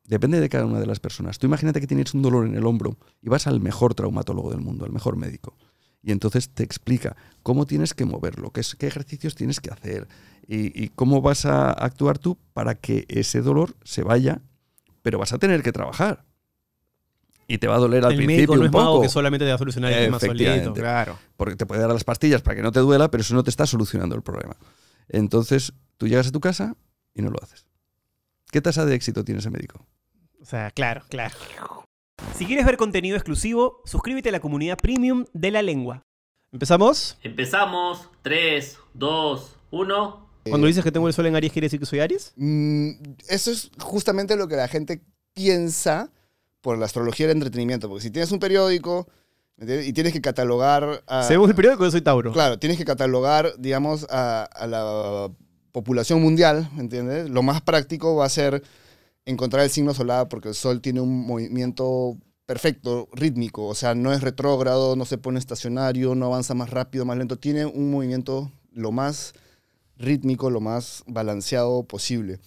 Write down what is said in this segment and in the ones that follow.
Depende de cada una de las personas. Tú imagínate que tienes un dolor en el hombro y vas al mejor traumatólogo del mundo, al mejor médico. Y entonces te explica cómo tienes que moverlo, qué ejercicios tienes que hacer y cómo vas a actuar tú para que ese dolor se vaya, pero vas a tener que trabajar. Y te va a doler al principio un poco. El médico no es mago que solamente te va a solucionar el tema solito. Claro. Porque te puede dar las pastillas para que no te duela, pero eso no te está solucionando el problema. Entonces, tú llegas a tu casa y no lo haces. ¿Qué tasa de éxito tiene ese médico? O sea, claro. Si quieres ver contenido exclusivo, suscríbete a la comunidad premium de La Lengua. ¿Empezamos? Empezamos. 3, 2, 1. Cuando dices que tengo el sol en Aries, ¿quiere decir que soy Aries? Eso es justamente lo que la gente piensa por la astrología del entretenimiento. Porque si tienes un periódico y tienes que catalogar... Según el periódico, yo soy Tauro. Claro, tienes que catalogar, digamos, a la población mundial, ¿entiendes? Lo más práctico va a ser encontrar el signo solar porque el sol tiene un movimiento perfecto, rítmico. O sea, no es retrógrado, no se pone estacionario, no avanza más rápido, más lento. Tiene un movimiento lo más rítmico, lo más balanceado posible.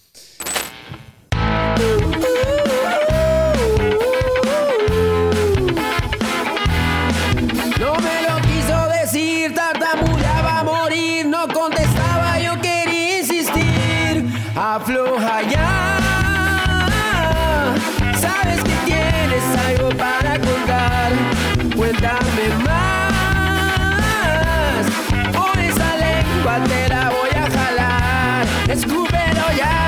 No me lo quiso decir, tartamudeaba a morir, no contestaba, yo quería insistir. Afloja ya, sabes que tienes algo para contar, cuéntame más, o esa lengua te la voy a jalar, escúpelo ya.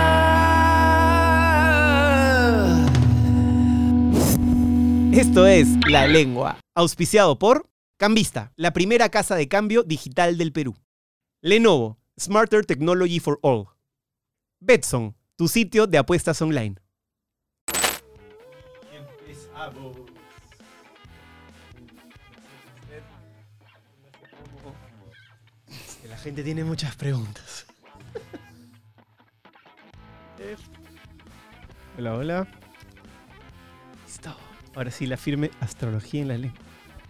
Esto es La Lengua, auspiciado por Cambista, la primera casa de cambio digital del Perú. Lenovo, Smarter Technology for All. Betson, tu sitio de apuestas online. Empezamos. La gente tiene muchas preguntas. Hola, hola. Listo. Ahora sí, la firme astrología en la lengua.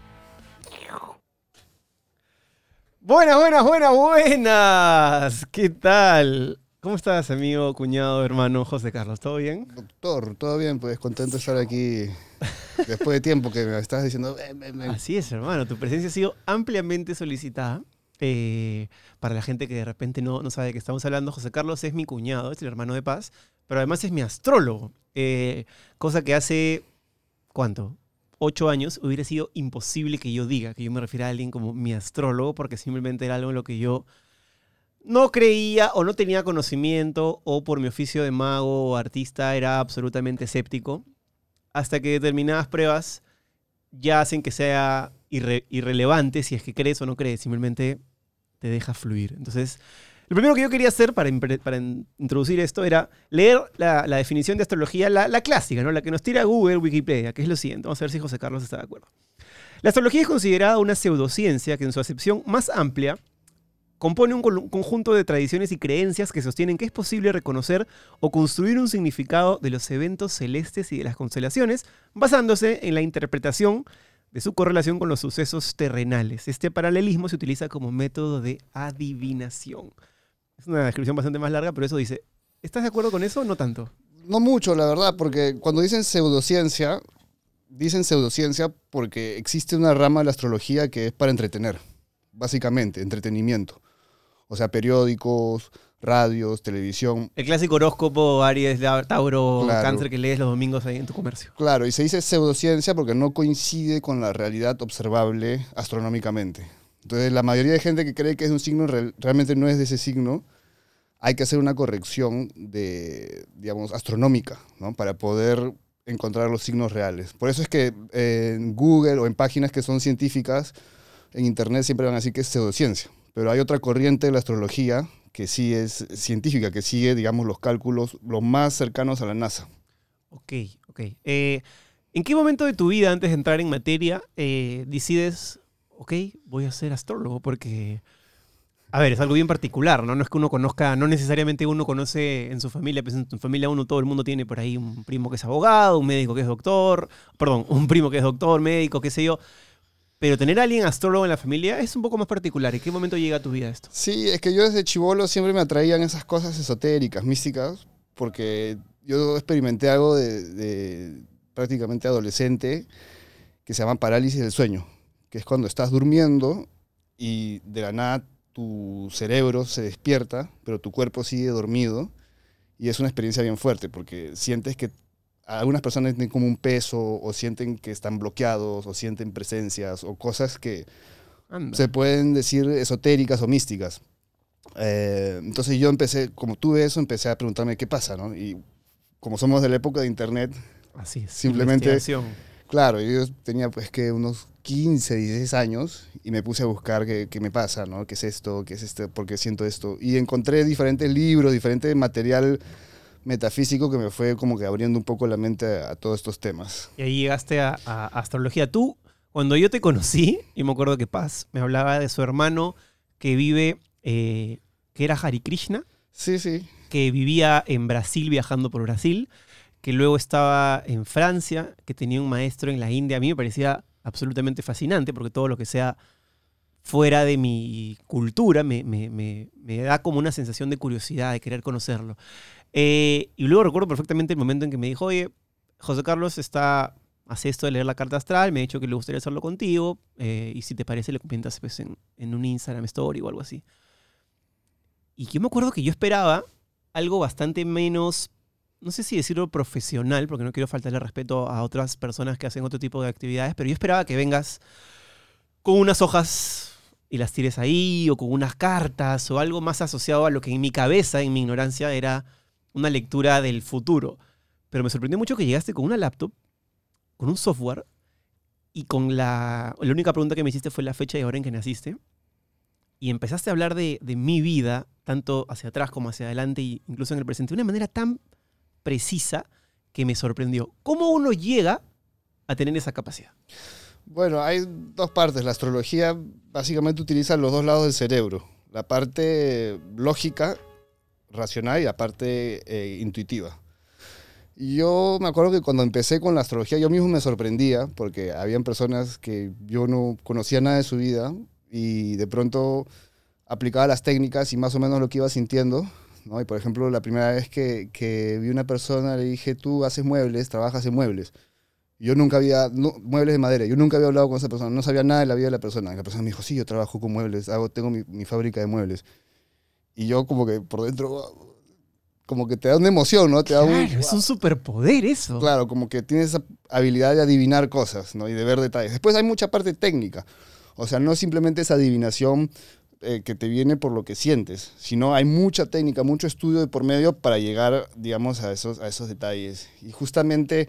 Buenas. ¿Qué tal? ¿Cómo estás, amigo, cuñado, hermano José Carlos? ¿Todo bien? Doctor, todo bien, pues contento de estar aquí después de tiempo que me estabas diciendo... Así es, hermano. Tu presencia ha sido ampliamente solicitada. Para la gente que de repente no sabe de qué estamos hablando, José Carlos es mi cuñado, es el hermano de Paz, pero además es mi astrólogo. Cosa que hace... ¿Cuánto? 8 años hubiera sido imposible que yo diga, que yo me refiera a alguien como mi astrólogo, porque simplemente era algo en lo que yo no creía o no tenía conocimiento, o por mi oficio de mago o artista era absolutamente escéptico, hasta que determinadas pruebas ya hacen que sea irrelevante si es que crees o no crees, simplemente te deja fluir. Entonces, lo primero que yo quería hacer para introducir esto era leer la definición de astrología, la clásica, ¿no? La que nos tira Google, Wikipedia, que es lo siguiente. Vamos a ver si José Carlos está de acuerdo. La astrología es considerada una pseudociencia que en su acepción más amplia compone un conjunto de tradiciones y creencias que sostienen que es posible reconocer o construir un significado de los eventos celestes y de las constelaciones basándose en la interpretación de su correlación con los sucesos terrenales. Este paralelismo se utiliza como método de adivinación. Es una descripción bastante más larga, pero eso dice, ¿estás de acuerdo con eso o no tanto? No mucho, la verdad, porque cuando dicen pseudociencia porque existe una rama de la astrología que es para entretener, básicamente, entretenimiento. O sea, periódicos, radios, televisión. El clásico horóscopo Aries, Tauro, Claro. Cáncer que lees los domingos ahí en tu comercio. Claro, y se dice pseudociencia porque no coincide con la realidad observable astronómicamente. Entonces, la mayoría de gente que cree que es un signo realmente no es de ese signo. Hay que hacer una corrección digamos, astronómica, ¿no? Para poder encontrar los signos reales. Por eso es que en Google o en páginas que son científicas, en Internet siempre van a decir que es pseudociencia. Pero hay otra corriente de la astrología que sí es científica, que sigue, digamos, los cálculos los más cercanos a la NASA. Ok. ¿En qué momento de tu vida, antes de entrar en materia, decides, ok, voy a ser astrólogo? Porque, a ver, es algo bien particular, ¿no? No es que uno conozca, no necesariamente uno conoce en su familia, pues en tu familia todo el mundo tiene por ahí un primo que es abogado, un médico que es doctor, un primo que es doctor, médico, qué sé yo. Pero tener a alguien astrólogo en la familia es un poco más particular. ¿En qué momento llega a tu vida esto? Sí, es que yo desde chibolo siempre me atraían esas cosas esotéricas, místicas, porque yo experimenté algo de prácticamente adolescente que se llama parálisis del sueño, que es cuando estás durmiendo y de la nada tu cerebro se despierta, pero tu cuerpo sigue dormido, y es una experiencia bien fuerte porque sientes que algunas personas tienen como un peso, o sienten que están bloqueados, o sienten presencias, o cosas que Anda. se pueden decir esotéricas o místicas. Entonces yo empecé, como tuve eso, empecé a preguntarme qué pasa, ¿no? Y como somos de la época de internet, Así es. Simplemente- Investigación. claro, yo tenía pues que unos 15, 16 años y me puse a buscar qué me pasa, ¿no? ¿Qué es esto? ¿Qué es esto? ¿Por qué siento esto? Y encontré diferentes libros, diferente material metafísico que me fue como que abriendo un poco la mente a todos estos temas. Y ahí llegaste a astrología. Tú, cuando yo te conocí, y me acuerdo que Paz me hablaba de su hermano que vive, que era Hare Krishna, Sí, sí. que vivía en Brasil, viajando por Brasil, que luego estaba en Francia, que tenía un maestro en la India. A mí me parecía absolutamente fascinante, porque todo lo que sea fuera de mi cultura me da como una sensación de curiosidad, de querer conocerlo. Y luego recuerdo perfectamente el momento en que me dijo, oye, José Carlos hace esto de leer la carta astral, me ha dicho que le gustaría hacerlo contigo, y si te parece le comentas pues, en un Instagram story o algo así. Y yo me acuerdo que yo esperaba algo bastante menos, no sé si decirlo profesional, porque no quiero faltarle respeto a otras personas que hacen otro tipo de actividades, pero yo esperaba que vengas con unas hojas y las tires ahí, o con unas cartas, o algo más asociado a lo que en mi cabeza, en mi ignorancia, era una lectura del futuro. Pero me sorprendió mucho que llegaste con una laptop, con un software, y con la única pregunta que me hiciste fue la fecha y hora en que naciste. Y empezaste a hablar de mi vida, tanto hacia atrás como hacia adelante, e incluso en el presente, de una manera tan precisa que me sorprendió. ¿Cómo uno llega a tener esa capacidad? Bueno, hay dos partes. La astrología básicamente utiliza los dos lados del cerebro. La parte lógica, racional, y la parte intuitiva. Yo me acuerdo que cuando empecé con la astrología yo mismo me sorprendía porque habían personas que yo no conocía nada de su vida y de pronto aplicaba las técnicas y más o menos lo que iba sintiendo, ¿no? Y por ejemplo, la primera vez que vi una persona le dije, tú haces muebles, trabajas en muebles. Yo nunca había, muebles de madera, yo nunca había hablado con esa persona, no sabía nada de la vida de la persona. Y la persona me dijo, sí, yo trabajo con muebles, tengo mi fábrica de muebles. Y yo como que por dentro, como que te da una emoción, ¿no? Te da Claro, es un superpoder eso. Claro, como que tienes esa habilidad de adivinar cosas, ¿no? Y de ver detalles. Después hay mucha parte técnica. O sea, no simplemente esa adivinación que te viene por lo que sientes, sino hay mucha técnica, mucho estudio de por medio para llegar, digamos, a esos detalles. Y justamente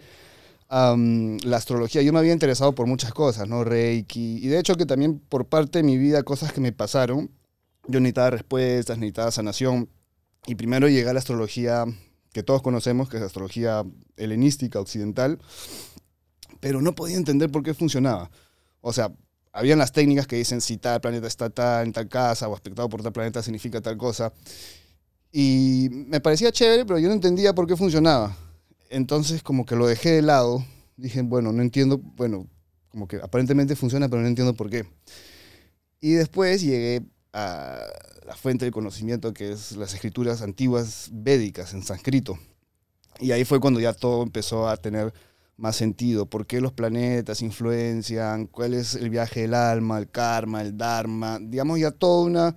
la astrología, yo me había interesado por muchas cosas, ¿no? Reiki, y de hecho que también por parte de mi vida, cosas que me pasaron, yo necesitaba respuestas, necesitaba sanación, y primero llegué a la astrología que todos conocemos, que es la astrología helenística, occidental, pero no podía entender por qué funcionaba. O sea, habían las técnicas que dicen si tal planeta está en tal casa o aspectado por tal planeta significa tal cosa. Y me parecía chévere, pero yo no entendía por qué funcionaba. Entonces como que lo dejé de lado. Dije, bueno, no entiendo, bueno, como que aparentemente funciona, pero no entiendo por qué. Y después llegué a la fuente del conocimiento, que es las escrituras antiguas védicas en sánscrito. Y ahí fue cuando ya todo empezó a tener más sentido. ¿Por qué los planetas influencian? ¿Cuál es el viaje del alma, el karma, el dharma? Digamos, ya toda una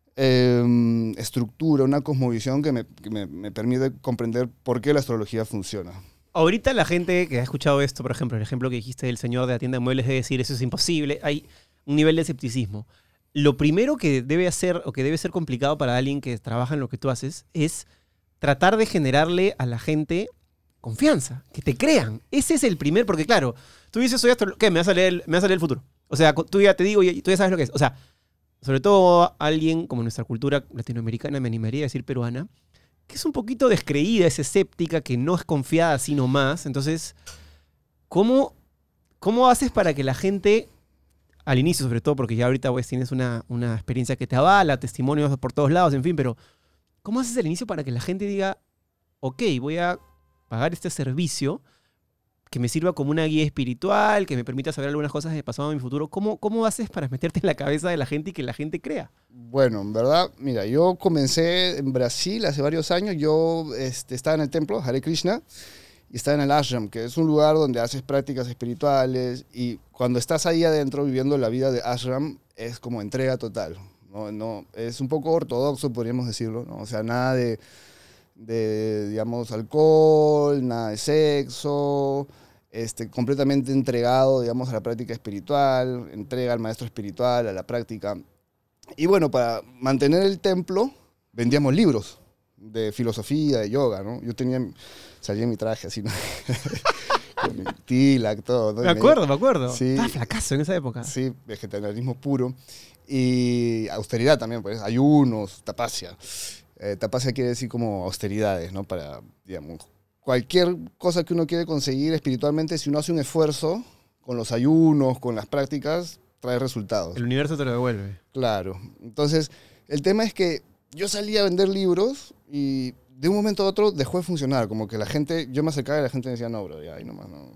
estructura, una cosmovisión que me permite comprender por qué la astrología funciona. Ahorita la gente que ha escuchado esto, por ejemplo, el ejemplo que dijiste del señor de la tienda de muebles, debe decir, eso es imposible. Hay un nivel de escepticismo. Lo primero que debe hacer, o que debe ser complicado para alguien que trabaja en lo que tú haces, es tratar de generarle a la gente confianza, que te crean. Ese es el primer, porque claro, tú dices, soy astrólogo, ¿qué? Me vas a leer el futuro. O sea, tú ya te digo y tú ya sabes lo que es. O sea, sobre todo alguien como nuestra cultura latinoamericana, me animaría a decir peruana, que es un poquito descreída, es escéptica, que no es confiada así nomás. Entonces, ¿cómo haces para que la gente, al inicio sobre todo, porque ya ahorita pues, tienes una experiencia que te avala, testimonios por todos lados, en fin, pero ¿cómo haces al inicio para que la gente diga, ok, voy a pagar este servicio que me sirva como una guía espiritual, que me permita saber algunas cosas de mi pasado y mi futuro. ¿Cómo haces para meterte en la cabeza de la gente y que la gente crea? Bueno, en verdad, mira, yo comencé en Brasil hace varios años. Yo estaba en el templo, Hare Krishna, y estaba en el ashram, que es un lugar donde haces prácticas espirituales. Y cuando estás ahí adentro viviendo la vida de ashram, es como entrega total. No, es un poco ortodoxo, podríamos decirlo, ¿no? O sea, nada de digamos, alcohol, nada de sexo, completamente entregado, digamos, a la práctica espiritual, entrega al maestro espiritual, a la práctica. Y bueno, para mantener el templo, vendíamos libros de filosofía, de yoga, ¿no? Yo salía en mi traje así, ¿no? Con mi tilak, todo, ¿no? Me acuerdo. Sí. Estaba flacazo en esa época. Sí, vegetarianismo puro. Y austeridad también, pues, ayunos, tapasya. Tapasya quiere decir como austeridades, ¿no? Para, digamos, cualquier cosa que uno quiere conseguir espiritualmente, si uno hace un esfuerzo con los ayunos, con las prácticas, trae resultados. El universo te lo devuelve. Claro. Entonces, el tema es que yo salía a vender libros y de un momento a otro dejó de funcionar. Como que yo me acercaba y la gente me decía, no, bro, ya, ahí nomás, no.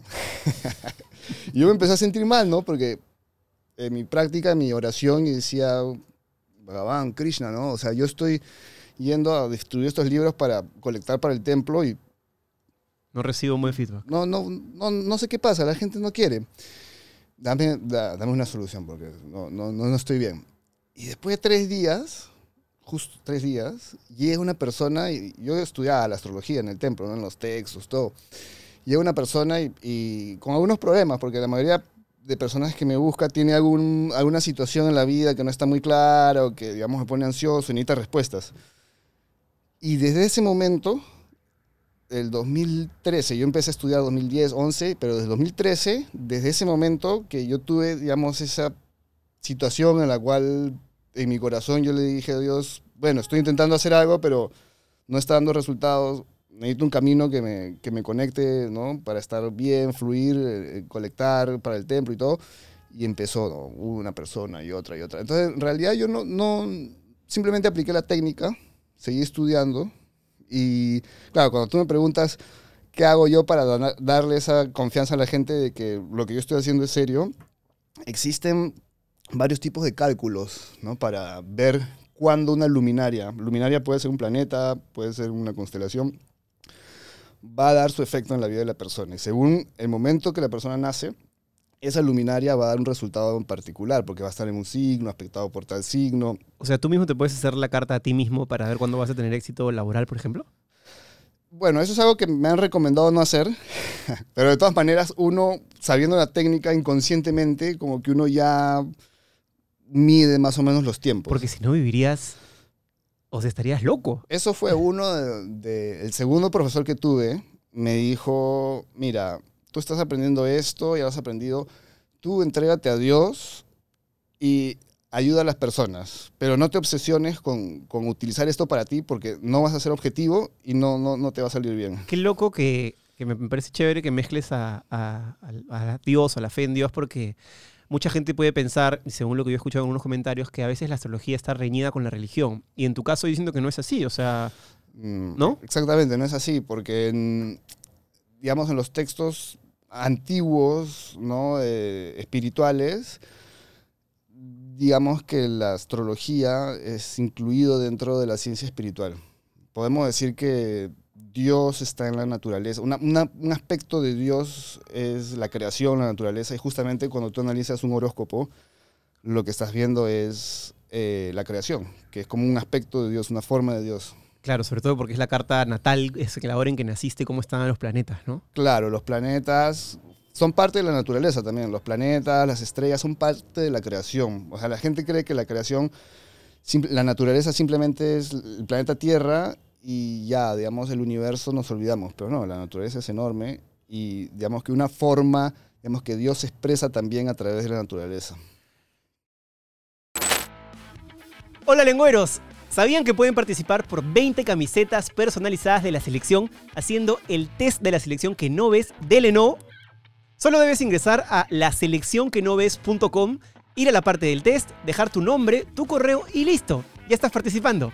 Y yo me empecé a sentir mal, ¿no? Porque en mi práctica, en mi oración, y decía, Bhagavan, Krishna, ¿no? O sea, yo estoy yendo a distribuir estos libros para colectar para el templo y no recibo un buen feedback. no sé qué pasa, la gente no quiere. Dame una solución porque no estoy bien. Y después de 3 días, justo 3 días, llega una persona, y yo estudiaba la astrología en el templo, ¿no? En los textos, todo. Llega una persona y con algunos problemas, porque la mayoría de personas que me busca tiene alguna situación en la vida que no está muy clara o que, digamos, me pone ansioso y necesita respuestas. Y desde ese momento, el 2013, yo empecé a estudiar 2010, 11, pero desde 2013, desde ese momento que yo tuve, digamos, esa situación en la cual en mi corazón yo le dije a Dios, bueno, estoy intentando hacer algo, pero no está dando resultados, necesito un camino que me conecte, ¿no? Para estar bien, fluir, colectar para el templo y todo. Y empezó, ¿no? Una persona y otra y otra. Entonces, en realidad yo no simplemente apliqué la técnica, seguí estudiando. Y claro, cuando tú me preguntas qué hago yo para darle esa confianza a la gente de que lo que yo estoy haciendo es serio, existen varios tipos de cálculos, ¿no? Para ver cuándo una luminaria puede ser un planeta, puede ser una constelación, va a dar su efecto en la vida de la persona. Y según el momento que la persona nace, esa luminaria va a dar un resultado en particular, porque va a estar en un signo, aspectado por tal signo. O sea, ¿tú mismo te puedes hacer la carta a ti mismo para ver cuándo vas a tener éxito laboral, por ejemplo? Bueno, eso es algo que me han recomendado no hacer, pero de todas maneras, uno, sabiendo la técnica inconscientemente, como que uno ya mide más o menos los tiempos. Porque si no vivirías, o sea, estarías loco. Eso fue el segundo profesor que tuve, me dijo, mira, tú estás aprendiendo esto, ya lo has aprendido, tú entrégate a Dios y ayuda a las personas, pero no te obsesiones con utilizar esto para ti porque no vas a ser objetivo y no te va a salir bien. Qué loco que me parece chévere que mezcles a Dios, a la fe en Dios, porque mucha gente puede pensar, según lo que yo he escuchado en algunos comentarios, que a veces la astrología está reñida con la religión. Y en tu caso yo siento que no es así, o sea, ¿no? Exactamente, no es así, porque digamos en los textos antiguos, ¿no? Espirituales, digamos que la astrología es incluido dentro de la ciencia espiritual. Podemos decir que Dios está en la naturaleza. Un aspecto de Dios es la creación, la naturaleza, y justamente cuando tú analizas un horóscopo, lo que estás viendo es la creación, que es como un aspecto de Dios, una forma de Dios. Claro, sobre todo porque es la carta natal, es la hora en que naciste, cómo están los planetas, ¿no? Claro, los planetas son parte de la naturaleza también. Los planetas, las estrellas son parte de la creación. O sea, la gente cree que la creación, la naturaleza simplemente es el planeta Tierra y ya, digamos, el universo nos olvidamos. Pero no, la naturaleza es enorme y digamos que una forma, digamos que Dios se expresa también a través de la naturaleza. Hola, lengüeros. ¿Sabían que pueden participar por 20 camisetas personalizadas de la selección haciendo el test de la selección que no ves de Lenovo? Solo debes ingresar a laseleccionquenoves.com, ir a la parte del test, dejar tu nombre, tu correo y listo. Ya estás participando.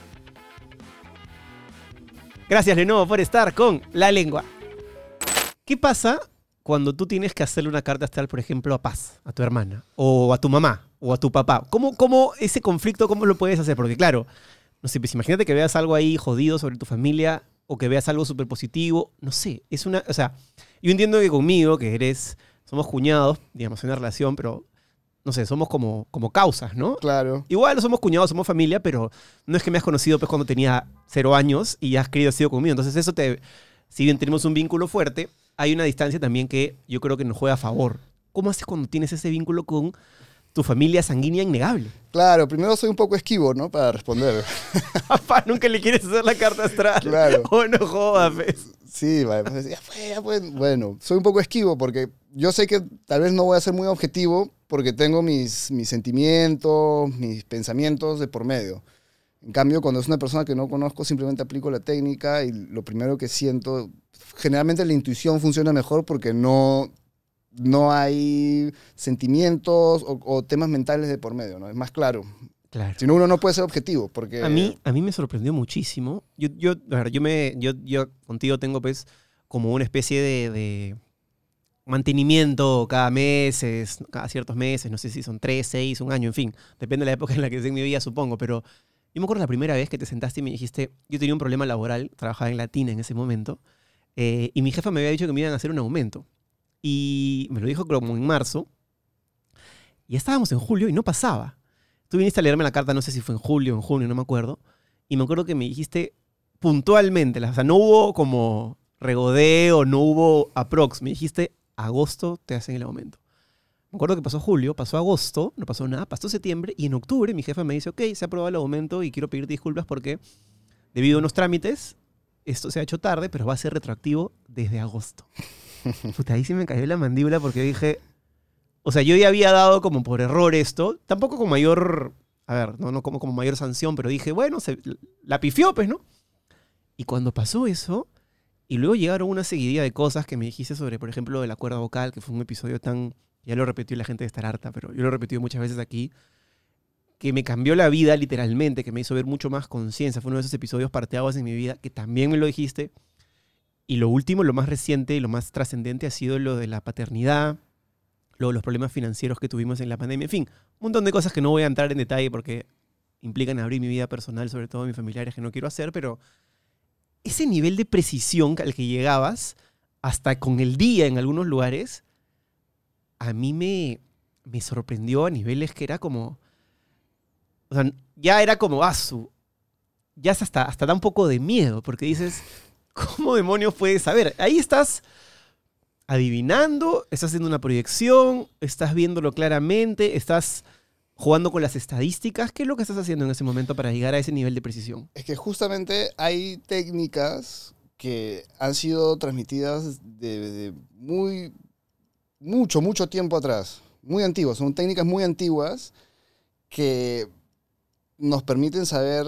Gracias, Lenovo, por estar con La Lengua. ¿Qué pasa cuando tú tienes que hacerle una carta astral, por ejemplo, a Paz, a tu hermana, o a tu mamá, o a tu papá? ¿Cómo ese conflicto, cómo lo puedes hacer? Porque claro, no sé, pues imagínate que veas algo ahí jodido sobre tu familia o que veas algo súper positivo. No sé, o sea, yo entiendo que conmigo, somos cuñados, digamos, en una relación, pero no sé, somos como causas, ¿no? Claro. Igual somos cuñados, somos familia, pero no es que me has conocido pues cuando tenía 0 años y has querido sido conmigo. Entonces eso si bien tenemos un vínculo fuerte, hay una distancia también que yo creo que nos juega a favor. ¿Cómo haces cuando tienes ese vínculo con tu familia sanguínea innegable? Claro, primero soy un poco esquivo, ¿no? Para responder. Papá, nunca le quieres hacer la carta astral. Claro. Oh, no jodas, pues. Sí, vale, pues, ya fue. Bueno, soy un poco esquivo porque yo sé que tal vez no voy a ser muy objetivo porque tengo mis sentimientos, mis pensamientos de por medio. En cambio, cuando es una persona que no conozco, simplemente aplico la técnica y lo primero que siento, generalmente la intuición funciona mejor porque no hay sentimientos o temas mentales de por medio, ¿no? Es más claro. Claro. Si no, uno no puede ser objetivo porque... A mí me sorprendió muchísimo. Yo contigo tengo pues como una especie de mantenimiento cada ciertos meses, no sé si son 3, 6, un año, en fin. Depende de la época en la que esté en mi vida, supongo. Pero yo me acuerdo la primera vez que te sentaste y me dijiste, yo tenía un problema laboral, trabajaba en Latina en ese momento, y mi jefa me había dicho que me iban a hacer un aumento. Y me lo dijo como en marzo, y ya estábamos en julio y no pasaba. Tú viniste a leerme la carta, no sé si fue en julio o en junio, no me acuerdo. Y me acuerdo que me dijiste puntualmente, o sea, no hubo como regodeo, no hubo aprox. Me dijiste, agosto te hacen el aumento. Me acuerdo que pasó julio, pasó agosto, no pasó nada, pasó septiembre. Y en octubre mi jefa me dice, ok, se ha aprobado el aumento y quiero pedirte disculpas porque debido a unos trámites, esto se ha hecho tarde, pero va a ser retroactivo desde agosto. Puta, ahí sí me cayó la mandíbula porque dije... O sea, yo ya había dado como por error esto, tampoco con mayor, no como mayor sanción, pero dije, bueno, la pifió, pues, ¿no? Y cuando pasó eso, y luego llegaron una seguidilla de cosas que me dijiste sobre, por ejemplo, la cuerda vocal, que fue un episodio ya lo repetió la gente de estar harta, pero yo lo he repetido muchas veces aquí, que me cambió la vida literalmente, que me hizo ver mucho más conciencia. Fue uno de esos episodios parteaguas en mi vida, que también me lo dijiste. Y lo último, lo más reciente y lo más trascendente ha sido lo de la paternidad, luego los problemas financieros que tuvimos en la pandemia, en fin, un montón de cosas que no voy a entrar en detalle porque implican abrir mi vida personal, sobre todo mis familiares, que no quiero hacer, pero ese nivel de precisión al que llegabas, hasta con el día en algunos lugares, a mí me sorprendió a niveles que era como... O sea, ya era como, ya hasta da un poco de miedo, porque dices, ¿cómo demonios puedes saber? Ahí estás... adivinando, estás haciendo una proyección, estás viéndolo claramente, estás jugando con las estadísticas. ¿Qué es lo que estás haciendo en ese momento para llegar a ese nivel de precisión? Es que justamente hay técnicas que han sido transmitidas de mucho tiempo atrás, muy antiguas. Son técnicas muy antiguas que nos permiten saber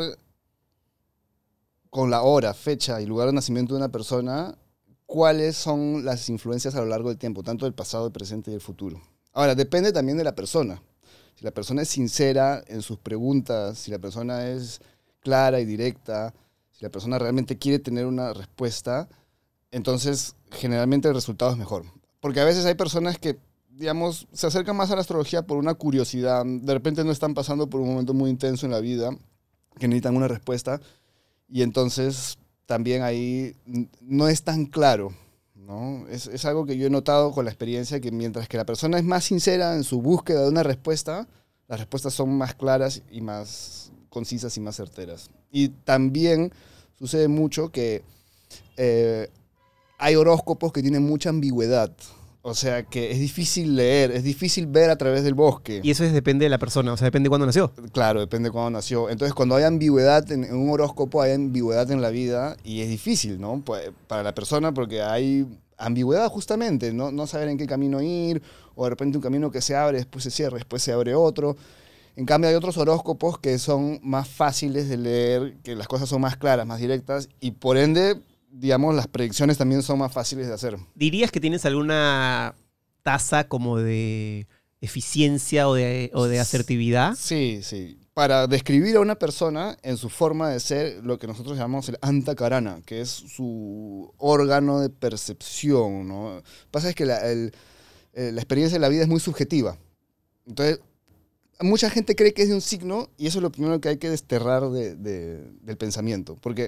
con la hora, fecha y lugar de nacimiento de una persona cuáles son las influencias a lo largo del tiempo, tanto del pasado, el presente y el futuro. Ahora, depende también de la persona. Si la persona es sincera en sus preguntas, si la persona es clara y directa, si la persona realmente quiere tener una respuesta, entonces generalmente el resultado es mejor. Porque a veces hay personas que, digamos, se acercan más a la astrología por una curiosidad, de repente no están pasando por un momento muy intenso en la vida, que necesitan una respuesta, y entonces... también ahí no es tan claro, ¿no? Es algo que yo he notado con la experiencia, que mientras que la persona es más sincera en su búsqueda de una respuesta, las respuestas son más claras y más concisas y más certeras. Y también sucede mucho que hay horóscopos que tienen mucha ambigüedad. O sea, que es difícil leer, es difícil ver a través del bosque. Y eso depende de la persona, o sea, depende de cuándo nació. Claro, depende de cuándo nació. Entonces, cuando hay ambigüedad en un horóscopo, hay ambigüedad en la vida y es difícil, ¿no? Pues, para la persona, porque hay ambigüedad justamente, no saber en qué camino ir, o de repente un camino que se abre, después se cierra, después se abre otro. En cambio, hay otros horóscopos que son más fáciles de leer, que las cosas son más claras, más directas, y por ende... digamos, las predicciones también son más fáciles de hacer. ¿Dirías que tienes alguna tasa como de eficiencia o de asertividad? Sí. para describir a una persona en su forma de ser, lo que nosotros llamamos el antakarana, que es su órgano de percepción, ¿no? Lo que pasa es que la experiencia de la vida es muy subjetiva. Entonces, mucha gente cree que es de un signo y eso es lo primero que hay que desterrar del pensamiento, porque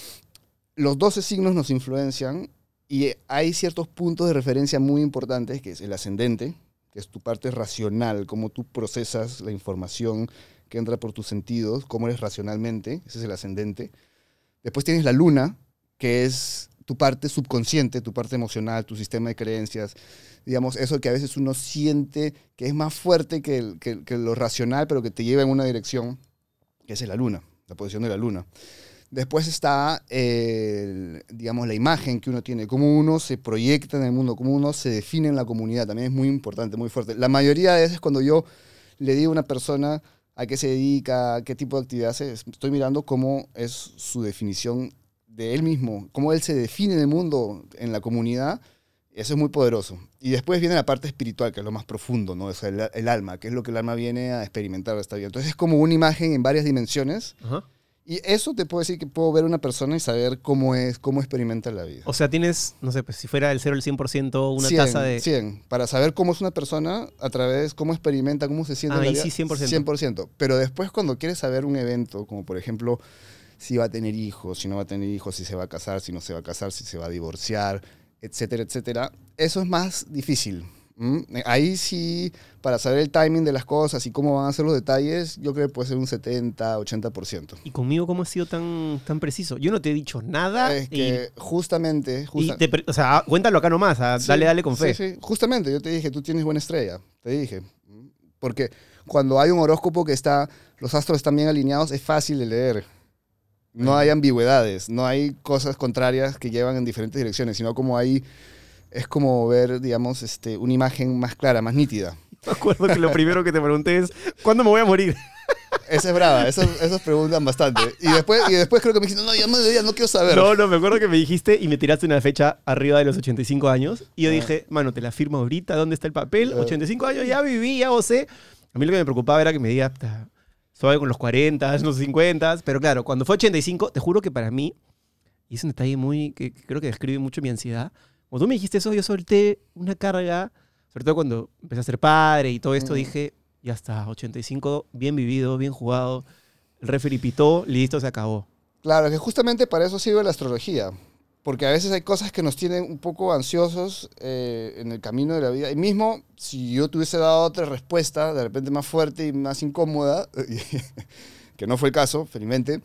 los 12 signos nos influencian y hay ciertos puntos de referencia muy importantes, que es el ascendente, que es tu parte racional, cómo tú procesas la información que entra por tus sentidos, cómo eres racionalmente, ese es el ascendente. Después tienes la luna, que es tu parte subconsciente, tu parte emocional, tu sistema de creencias, digamos, eso que a veces uno siente que es más fuerte que lo racional, pero que te lleva en una dirección, que es la luna, la posición de la luna. Después está, digamos, la imagen que uno tiene, cómo uno se proyecta en el mundo, cómo uno se define en la comunidad, también es muy importante, muy fuerte. La mayoría de veces cuando yo le digo a una persona a qué se dedica, a qué tipo de actividad hace, estoy mirando cómo es su definición de él mismo, cómo él se define en el mundo, en la comunidad. Eso es muy poderoso. Y después viene la parte espiritual, que es lo más profundo, ¿no? O sea, el alma, que es lo que el alma viene a experimentar esta vida. Entonces es como una imagen en varias dimensiones. Ajá. Y eso te puedo decir que puedo ver a una persona y saber cómo experimenta la vida. O sea, tienes, no sé, pues si fuera del 0 al 100%, una 100, tasa de... 100. Para saber cómo es una persona a través, cómo experimenta, cómo se siente en la Ahí vida. sí, 100%. 100%. Pero después cuando quieres saber un evento, como por ejemplo, si va a tener hijos, si no va a tener hijos, si se va a casar, si no se va a casar, si se va a divorciar, etcétera, etcétera, eso es más difícil. Ahí sí, para saber el timing de las cosas y cómo van a ser los detalles, yo creo que puede ser un 70, 80%. ¿Y conmigo cómo has sido tan preciso? Yo no te he dicho nada. Es que justamente... o sea, cuéntalo acá nomás, Sí, dale con fe. Sí, sí. Justamente, yo te dije, tú tienes buena estrella, te dije. Porque cuando hay un horóscopo que los astros están bien alineados, es fácil de leer. No hay ambigüedades, no hay cosas contrarias que llevan en diferentes direcciones, sino como es como ver, digamos, una imagen más clara, más nítida. Me acuerdo que lo primero que te pregunté es, ¿cuándo me voy a morir? Esa es brava, esos preguntan bastante. Y después creo que me dijiste, no, ya no quiero saber. No, me acuerdo que me dijiste y me tiraste una fecha arriba de los 85 años. Y yo dije, mano, te la firmo ahorita, ¿dónde está el papel? 85 años, ya viví, ya sé. A mí lo que me preocupaba era que me diga, soy con los 40, los 50. Pero claro, cuando fue 85, te juro que para mí, y es un detalle que creo que describe mucho mi ansiedad, cuando tú me dijiste eso, yo solté una carga, sobre todo cuando empecé a ser padre y todo esto, dije, ya está, 85, bien vivido, bien jugado, el referee pitó, listo, se acabó. Claro, que justamente para eso sirve la astrología, porque a veces hay cosas que nos tienen un poco ansiosos en el camino de la vida. Y mismo, si yo te hubiese dado otra respuesta, de repente más fuerte y más incómoda, que no fue el caso, felizmente,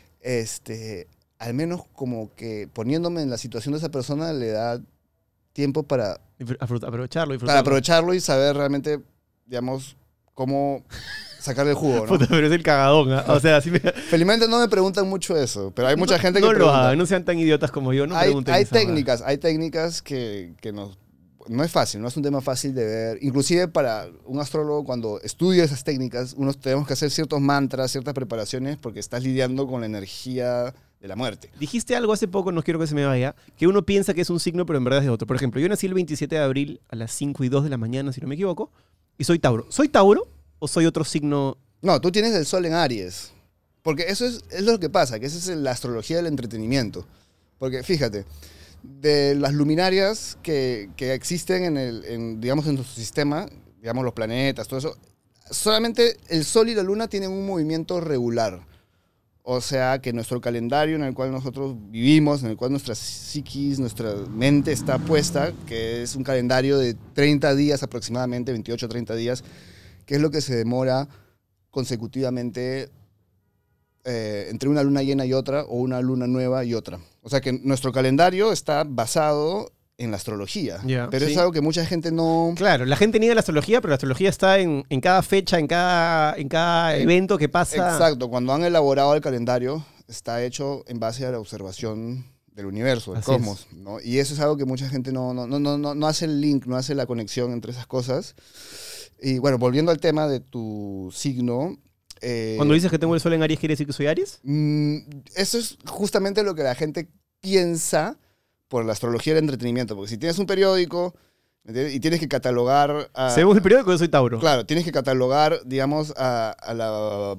al menos como que poniéndome en la situación de esa persona le da tiempo para Aprovecharlo. para aprovecharlo y saber realmente, digamos, cómo sacarle el jugo, ¿no? Puta, pero es el cagadón, ¿ah? O sea, así me... Felizmente no me preguntan mucho eso, pero hay mucha gente que no lo pregunta. hagan, no sean tan idiotas como yo, no pregunten Hay esa técnicas que no es fácil, no es un tema fácil de ver. Inclusive para un astrólogo, cuando estudia esas técnicas, tenemos que hacer ciertos mantras, ciertas preparaciones, porque estás lidiando con la energía de la muerte. Dijiste algo hace poco, no quiero que se me vaya, que uno piensa que es un signo, pero en verdad es de otro. Por ejemplo, yo nací el 27 de abril a las 5:02 de la mañana, si no me equivoco, y soy Tauro. ¿Soy Tauro o soy otro signo? No, tú tienes el sol en Aries. Porque eso es lo que pasa, que esa es la astrología del entretenimiento. Porque fíjate, de las luminarias que existen digamos, en nuestro sistema, digamos los planetas, todo eso, solamente el sol y la luna tienen un movimiento regular. O sea que nuestro calendario en el cual nosotros vivimos, en el cual nuestra psiquis, nuestra mente está puesta, que es un calendario de 30 días aproximadamente, 28 o 30 días, que es lo que se demora consecutivamente entre una luna llena y otra, o una luna nueva y otra. O sea que nuestro calendario está basado en la astrología. Pero sí. Es algo que mucha gente no... Claro, la gente niega la astrología, pero la astrología está en cada fecha, en cada evento que pasa. Exacto, cuando han elaborado el calendario, está hecho en base a la observación del universo, del Así cosmos, ¿no? Y eso es algo que mucha gente no hace el link, no hace la conexión entre esas cosas. Y bueno, volviendo al tema de tu signo... Cuando dices que tengo el sol en Aries, ¿quiere decir que soy Aries? Eso es justamente lo que la gente piensa por la astrología del entretenimiento. Porque si tienes un periódico y tienes que catalogar... Según el periódico, yo soy Tauro. Claro, tienes que catalogar, digamos, a la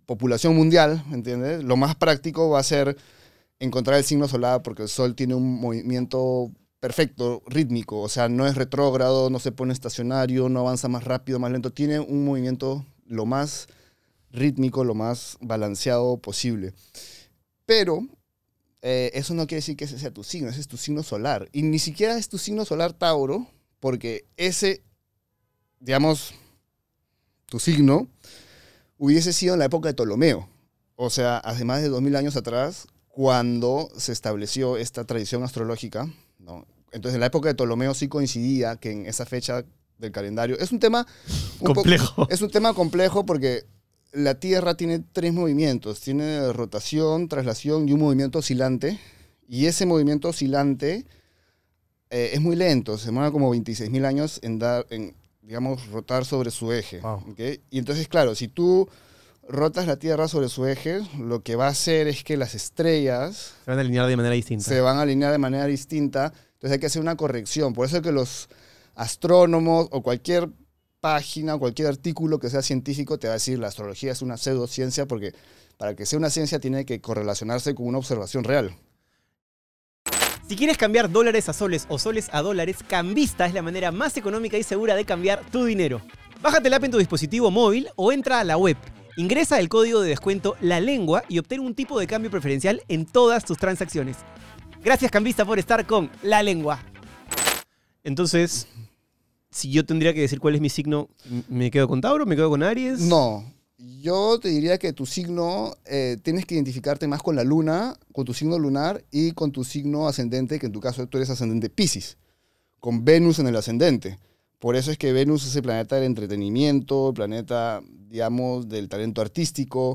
población mundial, ¿entiendes? Lo más práctico va a ser encontrar el signo solar porque el Sol tiene un movimiento perfecto, rítmico, o sea, no es retrógrado, no se pone estacionario, no avanza más rápido, más lento, tiene un movimiento lo más rítmico, lo más balanceado posible. Pero eso no quiere decir que ese sea tu signo, ese es tu signo solar. Y ni siquiera es tu signo solar Tauro, porque ese, digamos, tu signo, hubiese sido en la época de Ptolomeo. O sea, hace más de 2000 años atrás, cuando se estableció esta tradición astrológica, ¿no? Entonces, en la época de Ptolomeo sí coincidía que en esa fecha del calendario. Es un tema Complejo. es un tema complejo porque la Tierra tiene 3 movimientos. Tiene rotación, traslación y un movimiento oscilante. Y ese movimiento oscilante es muy lento. Se demora como 26.000 años en digamos, rotar sobre su eje. Wow. ¿Okay? Y entonces, claro, si tú rotas la Tierra sobre su eje, lo que va a hacer es que las estrellas Se van a alinear de manera distinta. se van a alinear de manera distinta. Entonces hay que hacer una corrección. Por eso es que los astrónomos o cualquier página, cualquier artículo que sea científico te va a decir la astrología es una pseudociencia porque para que sea una ciencia tiene que correlacionarse con una observación real. Si quieres cambiar dólares a soles o soles a dólares, Cambista es la manera más económica y segura de cambiar tu dinero. Bájate la app en tu dispositivo móvil o entra a la web. Ingresa el código de descuento La Lengua y obtén un tipo de cambio preferencial en todas tus transacciones. Gracias, Cambista, por estar con La Lengua. Entonces, si yo tendría que decir cuál es mi signo, ¿me quedo con Tauro? ¿Me quedo con Aries? No, yo te diría que tu signo tienes que identificarte más con la luna, con tu signo lunar y con tu signo ascendente, que en tu caso tú eres ascendente Piscis, con Venus en el ascendente. Por eso es que Venus es el planeta del entretenimiento, el planeta, digamos, del talento artístico.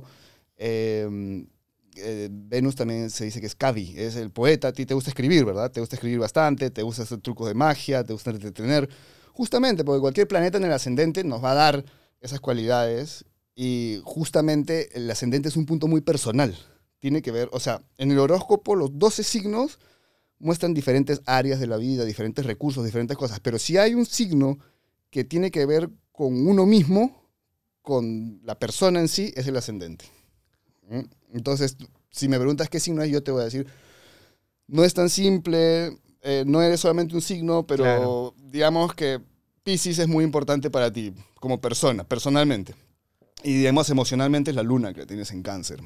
Venus también se dice que es Kavi, es el poeta. A ti te gusta escribir, ¿verdad? Te gusta escribir bastante, te gusta hacer trucos de magia, te gusta entretener. Justamente porque cualquier planeta en el ascendente nos va a dar esas cualidades y justamente el ascendente es un punto muy personal. Tiene que ver, o sea, en el horóscopo los 12 signos muestran diferentes áreas de la vida, diferentes recursos, diferentes cosas. Pero si hay un signo que tiene que ver con uno mismo, con la persona en sí, es el ascendente. Entonces, si me preguntas qué signo es, yo te voy a decir, no es tan simple, no eres solamente un signo, pero Claro. digamos que Piscis es muy importante para ti, como persona, personalmente. Y digamos, emocionalmente es la luna que tienes en Cáncer.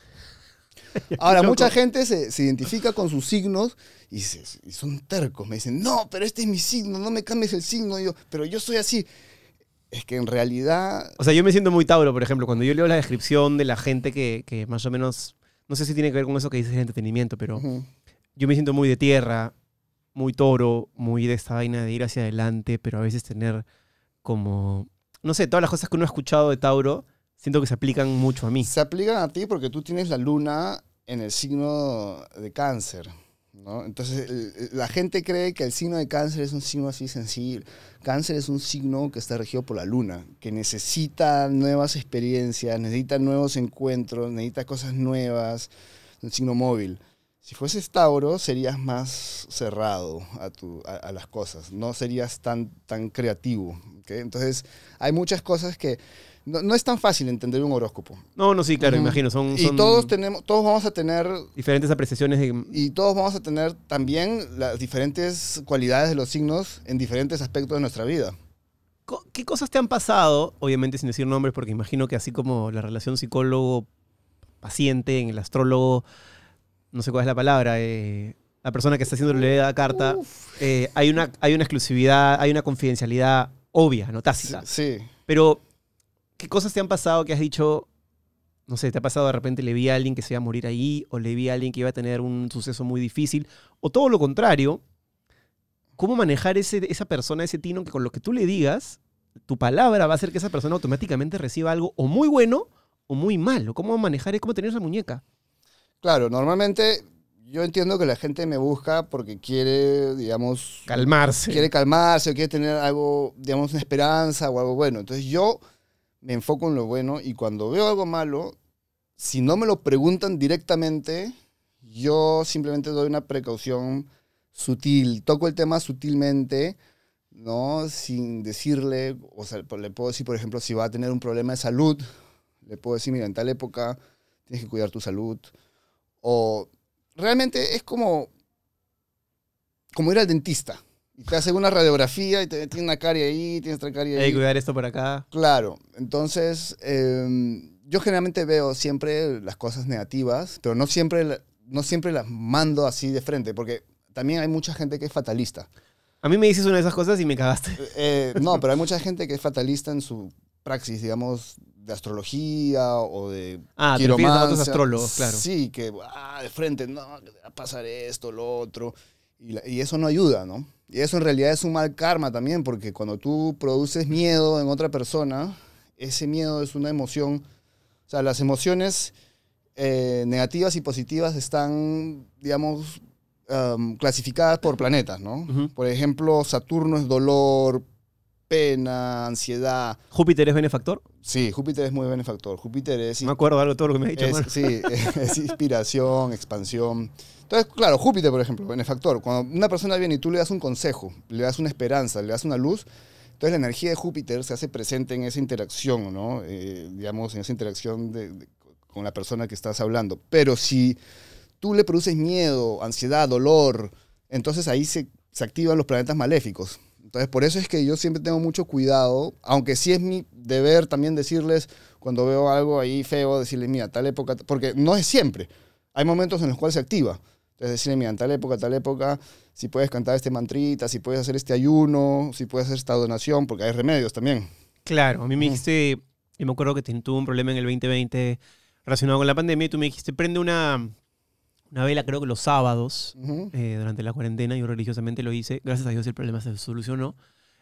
Ahora, Loco. mucha gente se identifica con sus signos y son tercos. Me dicen, no, pero este es mi signo, no me cambies el signo. Y yo, pero yo soy así. Es que en realidad... O sea, yo me siento muy Tauro, por ejemplo, cuando yo leo la descripción de la gente que más o menos, no sé si tiene que ver con eso que dices de entretenimiento, pero Ujú. yo me siento muy de tierra, muy Toro, muy de esta vaina de ir hacia adelante, pero a veces tener como, no sé, todas las cosas que uno ha escuchado de Tauro, siento que se aplican mucho a mí. Se aplican a ti porque tú tienes la luna en el signo de Cáncer, ¿no? Entonces, la gente cree que el signo de Cáncer es un signo así sensible. Cáncer es un signo que está regido por la luna, que necesita nuevas experiencias, necesita nuevos encuentros, necesita cosas nuevas, un signo móvil. Si fueses Tauro, serías más cerrado a las cosas, no serías tan creativo, ¿okay? Entonces, hay muchas cosas que... No es tan fácil entender un horóscopo. No, sí, claro, Ujú. imagino, son Y todos vamos a tener diferentes apreciaciones de... y todos vamos a tener también las diferentes cualidades de los signos en diferentes aspectos de nuestra vida. ¿Qué cosas te han pasado? Obviamente sin decir nombres, porque imagino que así como la relación psicólogo-paciente, en el astrólogo, no sé cuál es la palabra, la persona que está haciendo la carta, hay una exclusividad, hay una confidencialidad obvia, no tácita. Sí. Pero, ¿qué cosas te han pasado que has dicho, no sé, te ha pasado de repente le vi a alguien que se iba a morir ahí, o le vi a alguien que iba a tener un suceso muy difícil, o todo lo contrario? ¿Cómo manejar esa persona, ese tino, que con lo que tú le digas, tu palabra va a hacer que esa persona automáticamente reciba algo o muy bueno o muy malo? ¿Cómo manejar, cómo tener esa muñeca? Claro, normalmente yo entiendo que la gente me busca porque quiere, digamos... Calmarse. Quiere calmarse o quiere tener algo, digamos, una esperanza o algo bueno. Entonces yo me enfoco en lo bueno y cuando veo algo malo, si no me lo preguntan directamente, yo simplemente doy una precaución sutil, toco el tema sutilmente, ¿no? Sin decirle, o sea, le puedo decir, por ejemplo, si va a tener un problema de salud, Le puedo decir, mira, en tal época tienes que cuidar tu salud. O realmente es como ir al dentista. Y te hacen una radiografía y te tiene una carie ahí, tienes otra carie ahí. Hay que cuidar esto por acá. Claro, entonces yo generalmente veo siempre las cosas negativas, pero no siempre las mando así de frente, porque también hay mucha gente que es fatalista. A mí me dices una de esas cosas y me cagaste. No, pero hay mucha gente que es fatalista en su praxis, digamos, de astrología o de Te refieres a otros astrólogos, claro. Sí, que de frente, no, que va a pasar esto, lo otro. Y eso no ayuda, ¿no? Y eso en realidad es un mal karma también, porque cuando tú produces miedo en otra persona, ese miedo es una emoción. O sea, las emociones negativas y positivas están, digamos, clasificadas por planetas, ¿no? Ujú. Por ejemplo, Saturno es dolor, pena, ansiedad. ¿Júpiter es benefactor? Sí, Júpiter es muy benefactor. Júpiter es... No me acuerdo de algo, todo lo que me has dicho. mano. Sí, es inspiración, expansión. Entonces, claro, Júpiter, por ejemplo, benefactor. Cuando una persona viene y tú le das un consejo, le das una esperanza, le das una luz, entonces la energía de Júpiter se hace presente en esa interacción, ¿no? Digamos, en esa interacción con la persona que estás hablando. Pero si tú le produces miedo, ansiedad, dolor, entonces ahí se activan los planetas maléficos. Entonces, por eso es que yo siempre tengo mucho cuidado, aunque sí es mi deber también decirles, cuando veo algo ahí feo, decirles, mira, tal época, porque no es siempre. Hay momentos en los cuales se activa. Entonces, decirle, mira, en tal época, si puedes cantar este mantrita, si puedes hacer este ayuno, si puedes hacer esta donación, porque hay remedios también. Claro, a mí me dijiste, yo me acuerdo que tuve un problema en el 2020 relacionado con la pandemia y tú me dijiste, prende una vela, creo que los sábados, Ujú. durante la cuarentena. Yo religiosamente lo hice. Gracias a Dios el problema se solucionó.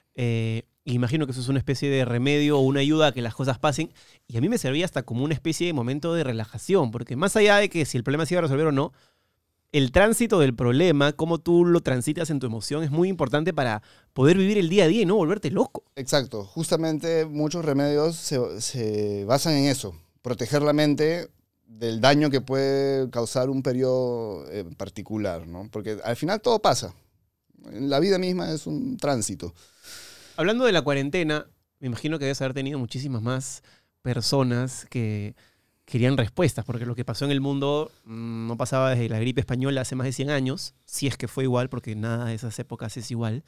Y imagino que eso es una especie de remedio o una ayuda a que las cosas pasen. Y a mí me servía hasta como una especie de momento de relajación, porque más allá de que si el problema se iba a resolver o no, el tránsito del problema, cómo tú lo transitas en tu emoción, es muy importante para poder vivir el día a día y no volverte loco. Exacto. Justamente muchos remedios se basan en eso. Proteger la mente del daño que puede causar un periodo particular, ¿no? Porque al final todo pasa. La vida misma es un tránsito. Hablando de la cuarentena, me imagino que debes haber tenido muchísimas más personas que querían respuestas, porque lo que pasó en el mundo no pasaba desde la gripe española hace más de 100 años, si es que fue igual, porque nada de esas épocas es igual.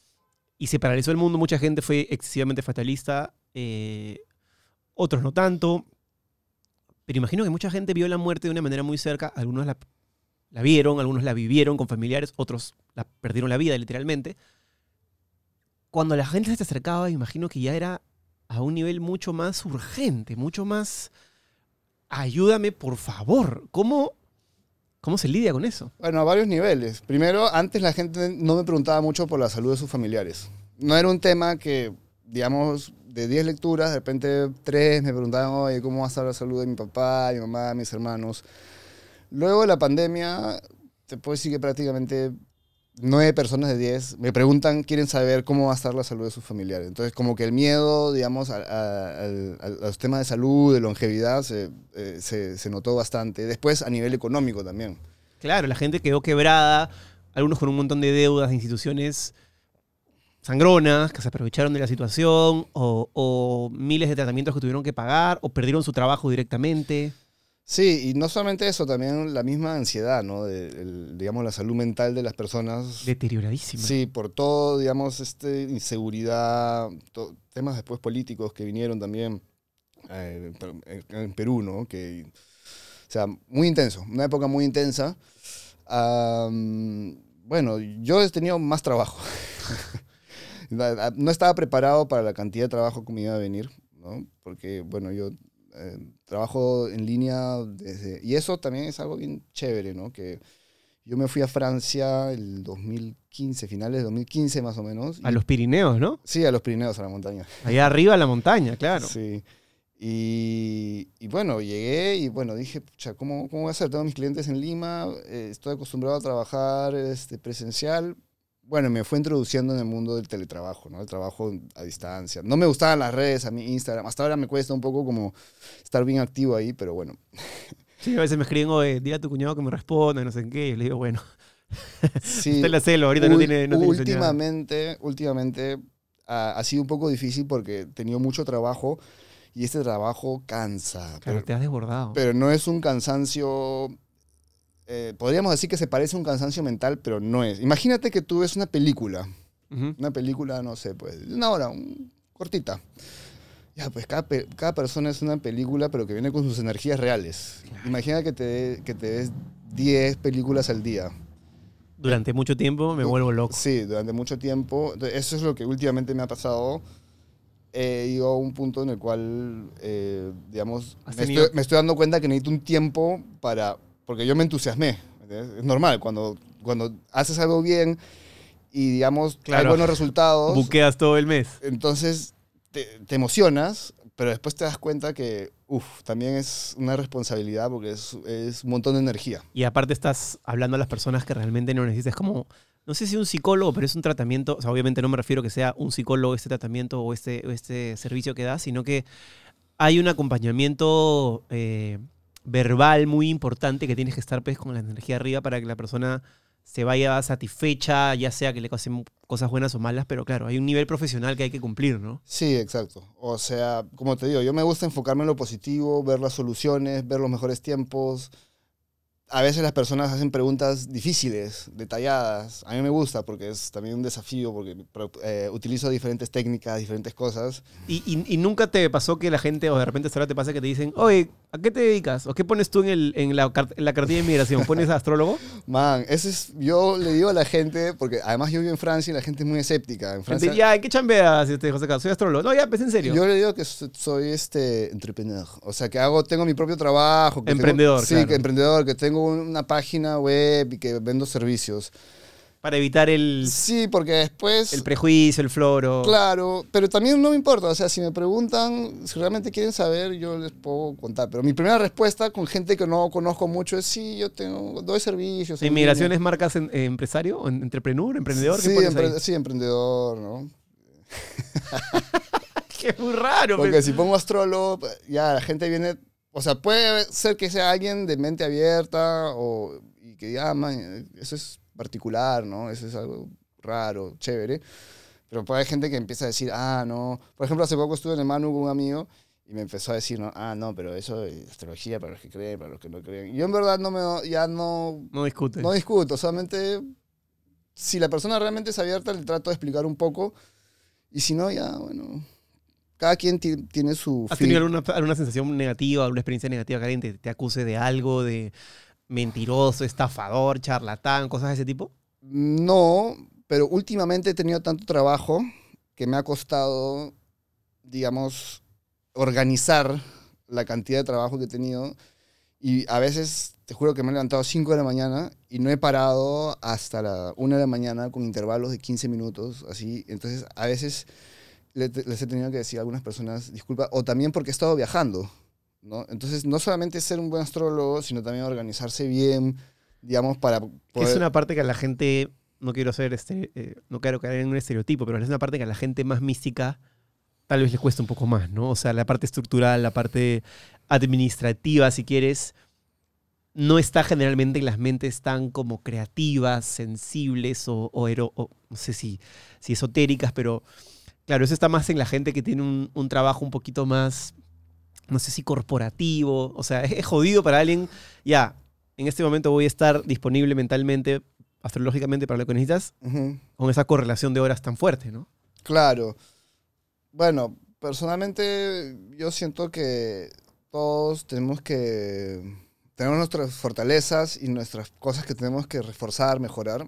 Y se paralizó el mundo, mucha gente fue excesivamente fatalista, otros no tanto. Pero imagino que mucha gente vio la muerte de una manera muy cerca. Algunos la vieron, algunos la vivieron con familiares, otros perdieron la vida literalmente. Cuando la gente se te acercaba, imagino que ya era a un nivel mucho más urgente, mucho más... Ayúdame, por favor. ¿Cómo se lidia con eso? Bueno, a varios niveles. Primero, antes la gente no me preguntaba mucho por la salud de sus familiares. No era un tema que, digamos, de 10 lecturas, de repente 3 me preguntaban, oye, ¿cómo va a estar la salud de mi papá, mi mamá, mis hermanos? Luego de la pandemia, te puedo decir que prácticamente 9 personas de 10 me preguntan, quieren saber cómo va a estar la salud de sus familiares. Entonces, como que el miedo, digamos, a los temas de salud, de longevidad, se notó bastante. Después, a nivel económico también. Claro, la gente quedó quebrada, algunos con un montón de deudas de instituciones sangronas que se aprovecharon de la situación, o miles de tratamientos que tuvieron que pagar, o perdieron su trabajo directamente. Sí, y no solamente eso, también la misma ansiedad, ¿no? Digamos, la salud mental de las personas. Deterioradísima. Sí, por todo, digamos, inseguridad, temas después políticos que vinieron también en Perú, ¿no? O sea, muy intenso, una época muy intensa. Bueno, yo he tenido más trabajo. No estaba preparado para la cantidad de trabajo que me iba a venir, ¿no? Porque, bueno, yo trabajo en línea y eso también es algo bien chévere, ¿no? Que yo me fui a Francia el 2015, finales de 2015 más o menos. A los Pirineos, ¿no? Sí, a los Pirineos, a la montaña. Allá arriba a la montaña, claro. Sí. Y bueno, llegué y bueno, dije, pucha, ¿cómo voy a hacer? Tengo mis clientes en Lima, estoy acostumbrado a trabajar presencial. Bueno, me fue introduciendo en el mundo del teletrabajo, ¿no? El trabajo a distancia. No me gustaban las redes, a mí Instagram. Hasta ahora me cuesta un poco como estar bien activo ahí, pero bueno. Sí, a veces me escriben, oye, dile a tu cuñado que me responda, no sé en qué. Y le digo, bueno, Sí, está en la selva, ahorita no tiene señal. últimamente ha sido un poco difícil porque he tenido mucho trabajo y este trabajo cansa. Claro, te has desbordado. Pero no es un cansancio... podríamos decir que se parece a un cansancio mental, pero no es. Imagínate que tú ves una película, no sé, pues, de una hora, cortita. Ya, pues cada persona es una película, pero que viene con sus energías reales. Claro. Imagina que te ves 10 películas al día. Durante mucho tiempo me vuelvo loco. Sí, durante mucho tiempo. Entonces, eso es lo que últimamente me ha pasado. Llegó a un punto en el cual, digamos, me estoy dando cuenta que necesito un tiempo porque yo me entusiasmé. ¿Entiendes? Es normal, cuando haces algo bien y, digamos, hay buenos resultados. Buqueas todo el mes. Entonces te emocionas, pero después te das cuenta que, también es una responsabilidad porque es un montón de energía. Y aparte estás hablando a las personas que realmente no necesitas. Es como, no sé si un psicólogo, pero es un tratamiento. O sea, obviamente no me refiero que sea un psicólogo este tratamiento o este servicio que da, sino que hay un acompañamiento verbal muy importante que tienes que estar pues, con la energía arriba para que la persona se vaya satisfecha, ya sea que le pasen cosas buenas o malas, pero claro, hay un nivel profesional que hay que cumplir, ¿no? Sí, exacto. O sea, como te digo, yo me gusta enfocarme en lo positivo, ver las soluciones, ver los mejores tiempos. A veces las personas hacen preguntas difíciles, detalladas. A mí me gusta porque es también un desafío, porque utilizo diferentes técnicas, diferentes cosas. ¿Y nunca te pasó que la gente, o de repente hasta ahora te pasa que te dicen, oye, ¿a qué te dedicas? ¿O qué pones tú en la cartilla de inmigración? ¿Pones astrólogo? Man, yo le digo a la gente, porque además yo vivo en Francia y la gente es muy escéptica. En Francia, ¿en qué chambeas, José Carlos? Soy astrólogo. No, ya, pues en serio. Yo le digo que soy entrepreneur. O sea, que tengo mi propio trabajo. Emprendedor, claro. Sí, que emprendedor, que tengo una página web y que vendo servicios. Para evitar Sí, porque después... el prejuicio, el floro. Claro, pero también no me importa. O sea, si me preguntan, si realmente quieren saber, yo les puedo contar. Pero mi primera respuesta con gente que no conozco mucho es sí, doy servicios. ¿Inmigración es marcas empresario? ¿O entrepreneur? ¿Emprendedor? Sí, ¿qué pones ahí? Sí, emprendedor, ¿no? Qué muy raro. Porque si pongo astrólogo, ya la gente viene... O sea, puede ser que sea alguien de mente abierta y que diga, eso es particular, ¿no? Eso es algo raro, chévere. Pero puede haber gente que empieza a decir, no. Por ejemplo, hace poco estuve en el Manu con un amigo y me empezó a decir, no, pero eso es astrología para los que creen, para los que no creen. Y yo en verdad no discuto, solamente si la persona realmente es abierta, le trato de explicar un poco. Y si no, ya, bueno... Cada quien tiene su... ¿Has tenido alguna sensación negativa, alguna experiencia negativa que alguien te acuse de algo, de mentiroso, estafador, charlatán, cosas de ese tipo? No, pero últimamente he tenido tanto trabajo que me ha costado, digamos, organizar la cantidad de trabajo que he tenido. Y a veces, te juro que me he levantado a 5 de la mañana y no he parado hasta la 1 de la mañana con intervalos de 15 minutos, así. Entonces, a veces... les he tenido que decir a algunas personas disculpa, o también porque he estado viajando, ¿no? Entonces, no solamente ser un buen astrólogo, sino también organizarse bien, digamos, para poder... Es una parte que a la gente, no quiero caer en un estereotipo, pero es una parte que a la gente más mística tal vez le cuesta un poco más, ¿no? O sea, la parte estructural, la parte administrativa, si quieres, no está generalmente en las mentes tan como creativas, sensibles o no sé si esotéricas, pero... Claro, eso está más en la gente que tiene un trabajo un poquito más, no sé si corporativo. O sea, es jodido para alguien. Ya, en este momento voy a estar disponible mentalmente, astrológicamente para lo que necesitas, con esa correlación de horas tan fuerte, ¿no? Claro. Bueno, personalmente yo siento que todos tenemos nuestras fortalezas y nuestras cosas que tenemos que reforzar, mejorar.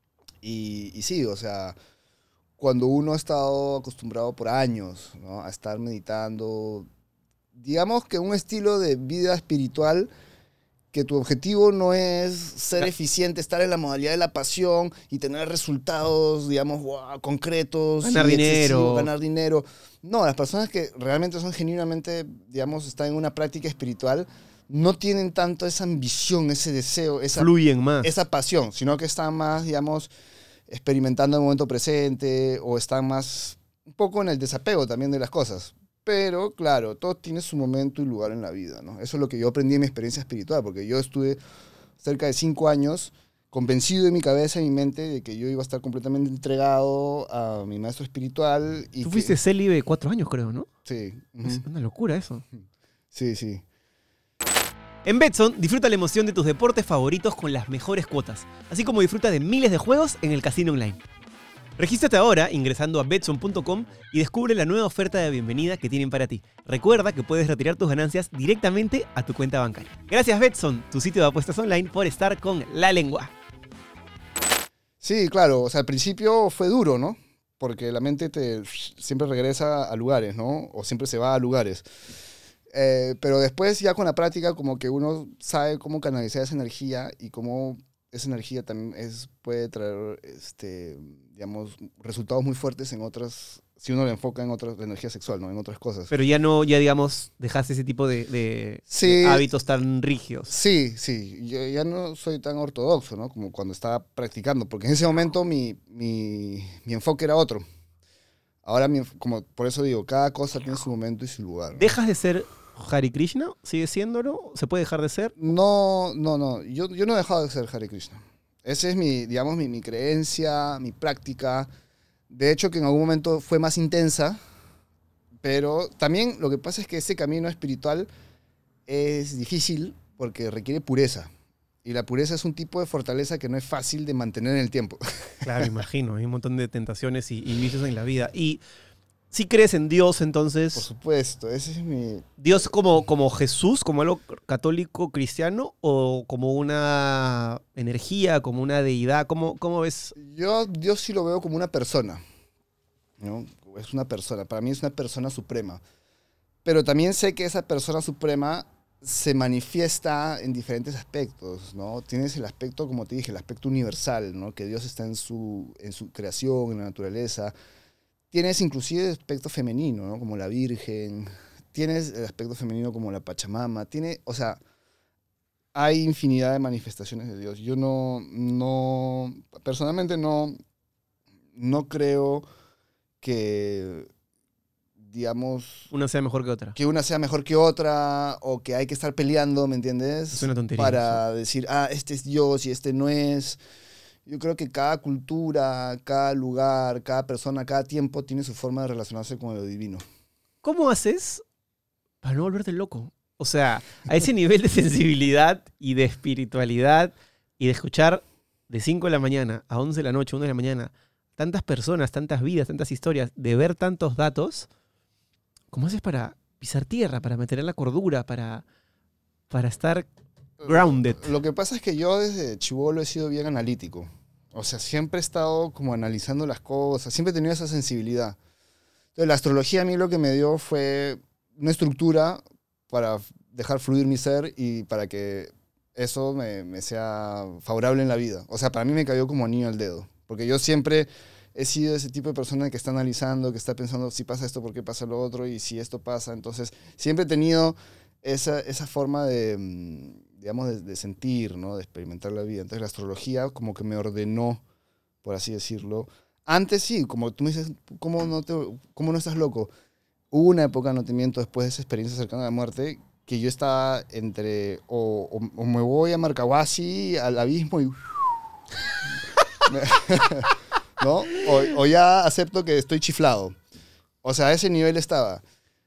Y sí, o sea... Cuando uno ha estado acostumbrado por años, ¿no? A estar meditando, digamos que un estilo de vida espiritual que tu objetivo no es ser eficiente, estar en la modalidad de la pasión y tener resultados, digamos, concretos. Ganar dinero. No, las personas que realmente son genuinamente, digamos, están en una práctica espiritual, no tienen tanto esa ambición, ese deseo, fluyen más. Esa pasión, sino que están más, digamos... experimentando el momento presente o están más un poco en el desapego también de las cosas. Pero, claro, todo tiene su momento y lugar en la vida, ¿no? Eso es lo que yo aprendí en mi experiencia espiritual, porque yo estuve cerca de 5 años convencido en mi cabeza, en mi mente, de que yo iba a estar completamente entregado a mi maestro espiritual. Y Tú que- fuiste célibe 4 años, creo, ¿no? Sí. Es una locura eso. Sí, sí. En Betson, disfruta la emoción de tus deportes favoritos con las mejores cuotas, así como disfruta de miles de juegos en el casino online. Regístrate ahora ingresando a Betson.com y descubre la nueva oferta de bienvenida que tienen para ti. Recuerda que puedes retirar tus ganancias directamente a tu cuenta bancaria. Gracias Betson, tu sitio de apuestas online, por estar con la lengua. Sí, claro. O sea, al principio fue duro, ¿no? Porque la mente siempre regresa a lugares, ¿no? O siempre se va a lugares. Pero después, ya con la práctica, como que uno sabe cómo canalizar esa energía y cómo esa energía también puede traer, digamos, resultados muy fuertes en otras, si uno le enfoca en otras, la energía sexual, ¿no? En otras cosas. Pero ya no, ya digamos, dejaste ese tipo de Sí. hábitos tan rígidos. Sí, sí. Yo ya no soy tan ortodoxo, ¿no? Como cuando estaba practicando, porque en ese momento mi enfoque era otro. Ahora, como por eso digo, cada cosa tiene su momento y su lugar, ¿no? ¿Dejas de ser Hare Krishna? ¿Sigue siéndolo? ¿Se puede dejar de ser? No. Yo no he dejado de ser Hare Krishna. Esa es digamos, mi creencia, mi práctica. De hecho, que en algún momento fue más intensa, pero también lo que pasa es que ese camino espiritual es difícil porque requiere pureza. Y la pureza es un tipo de fortaleza que no es fácil de mantener en el tiempo. Claro, imagino. Hay un montón de tentaciones y vicios en la vida. Y si crees en Dios, Por entonces, supuesto, ese es mi... ¿Dios como Jesús, como algo católico cristiano, o como una energía, como una deidad? ¿Cómo ves? Yo sí lo veo como una persona, ¿no? Es una persona, para mí es una persona suprema. Pero también sé que esa persona suprema se manifiesta en diferentes aspectos, ¿no? Tienes el aspecto, como te dije, el aspecto universal, ¿no? Que Dios está en su creación, en la naturaleza. Tienes inclusive el aspecto femenino, ¿no? Como la Virgen. Tienes el aspecto femenino como la Pachamama. O sea, hay infinidad de manifestaciones de Dios. Yo personalmente no creo que, digamos, Una sea mejor que otra. que una sea mejor que otra o que hay que estar peleando, ¿me entiendes? Es una tontería, Para decir, este es Dios y este no es. Yo creo que cada cultura, cada lugar, cada persona, cada tiempo tiene su forma de relacionarse con lo divino. ¿Cómo haces para no volverte loco? O sea, a ese nivel de sensibilidad y de espiritualidad y de escuchar de 5 de la mañana a 11 de la noche, 1 de la mañana, tantas personas, tantas vidas, tantas historias, de ver tantos datos, ¿cómo haces para pisar tierra, para mantener la cordura, para estar grounded? Lo que pasa es que yo desde chibolo he sido bien analítico. O sea, siempre he estado como analizando las cosas, siempre he tenido esa sensibilidad. Entonces, la astrología a mí lo que me dio fue una estructura para dejar fluir mi ser y para que eso me sea favorable en la vida. O sea, para mí me cayó como anillo al dedo. Porque yo siempre he sido ese tipo de persona que está analizando, que está pensando si pasa esto, por qué pasa lo otro, y si esto pasa. Entonces, siempre he tenido esa forma de, digamos, de sentir, ¿no? De experimentar la vida. Entonces, la astrología como que me ordenó, por así decirlo. Antes sí, como tú me dices, ¿cómo no estás loco? Hubo una época, no te miento, después de esa experiencia cercana a la muerte, que yo estaba entre o me voy a Marcahuasi, al abismo y... ¿no? O ya acepto que estoy chiflado. O sea, a ese nivel estaba.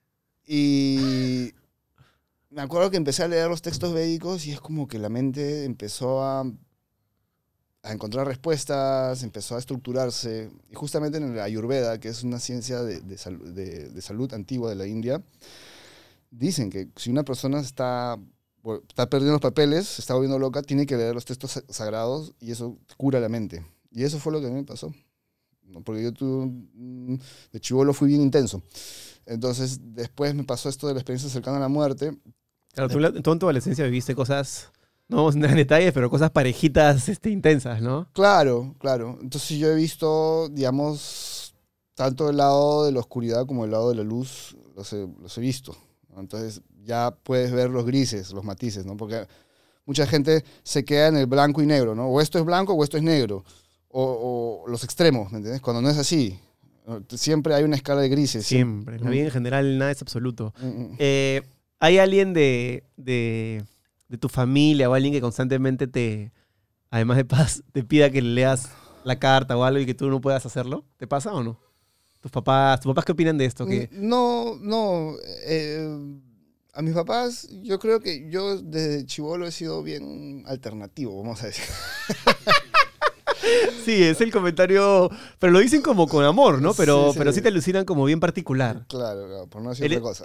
Y me acuerdo que empecé a leer los textos védicos y es como que la mente empezó a encontrar respuestas, empezó a estructurarse. Y justamente en la Ayurveda, que es una ciencia de salud antigua de la India, dicen que si una persona está perdiendo los papeles, se está volviendo loca, tiene que leer los textos sagrados y eso cura la mente. Y eso fue lo que a mí me pasó. Porque yo de chibolo fui bien intenso. Entonces, después me pasó esto de la experiencia cercana a la muerte. Claro, tú en tu adolescencia viviste cosas, no vamos a entrar en detalles, pero cosas parejitas intensas, ¿no? Claro. Entonces yo he visto, digamos, tanto el lado de la oscuridad como el lado de la luz, los he visto. Entonces ya puedes ver los grises, los matices, ¿no? Porque mucha gente se queda en el blanco y negro, ¿no? O esto es blanco o esto es negro. O los extremos, ¿me entiendes? Cuando no es así. Siempre hay una escala de grises. Siempre. La vida en general nada es absoluto. Mm. ¿Hay alguien de tu familia o alguien que constantemente te además de Paz, te pida que le leas la carta o algo y que tú no puedas hacerlo? ¿Te pasa o no? ¿Tus papás qué opinan de esto? ¿Qué? No. A mis papás, yo creo que yo desde chibolo he sido bien alternativo, vamos a decir. Sí, es el comentario, pero lo dicen como con amor, ¿no? Pero sí te alucinan como bien particular. Claro, por no decir otra cosa.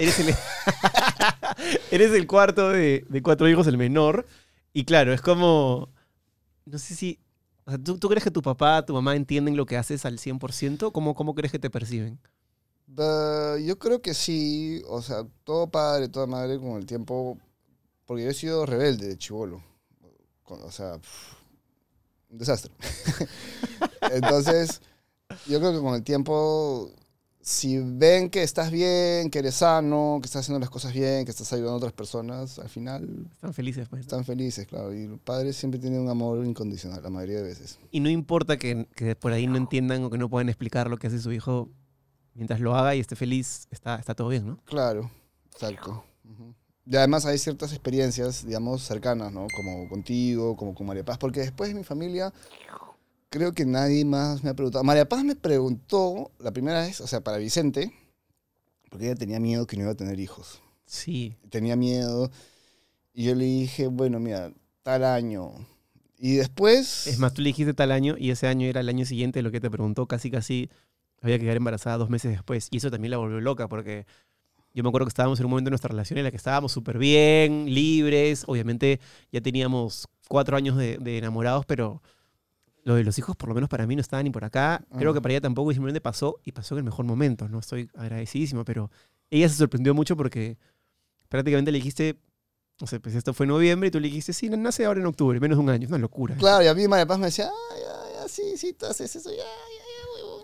Eres el cuarto de 4 hijos, el menor. Y claro, es como... No sé si... O sea, ¿tú crees que tu papá, tu mamá entienden lo que haces al 100%? ¿Cómo crees que te perciben? Yo creo que sí. O sea, todo padre, toda madre con el tiempo... Porque yo he sido rebelde de chibolo. O sea... un desastre. Entonces, yo creo que con el tiempo, si ven que estás bien, que eres sano, que estás haciendo las cosas bien, que estás ayudando a otras personas, al final Están felices, pues. están felices, claro. Y los padres siempre tienen un amor incondicional, la mayoría de veces. Y no importa que por ahí no entiendan o que no puedan explicar lo que hace su hijo, mientras lo haga y esté feliz, está todo bien, ¿no? Claro, exacto. Ujú. Y además hay ciertas experiencias, digamos, cercanas, ¿no? Como contigo, como con María Paz, porque después de mi familia, creo que nadie más me ha preguntado. María Paz me preguntó la primera vez, o sea, para Vicente, porque ella tenía miedo que no iba a tener hijos. Sí. Tenía miedo, y yo le dije, bueno, mira, tal año. Y después... Es más, tú le dijiste tal año y ese año era el año siguiente lo que te preguntó, casi había que quedar embarazada 2 meses después. Y eso también la volvió loca porque... Yo me acuerdo que estábamos en un momento de nuestra relación en la que estábamos súper bien, libres. Obviamente ya teníamos 4 años de enamorados, pero lo de los hijos, por lo menos para mí, no estaba ni por acá. Creo que para ella tampoco, y simplemente pasó, y pasó en el mejor momento. No estoy agradecidísimo, pero ella se sorprendió mucho porque prácticamente le dijiste, no sé, pues esto fue en noviembre, y tú le dijiste, sí, nace ahora en octubre, menos de un año. Es una locura. Claro, y a mí María Paz me decía, ya, sí, tú haces eso, ya, huevón,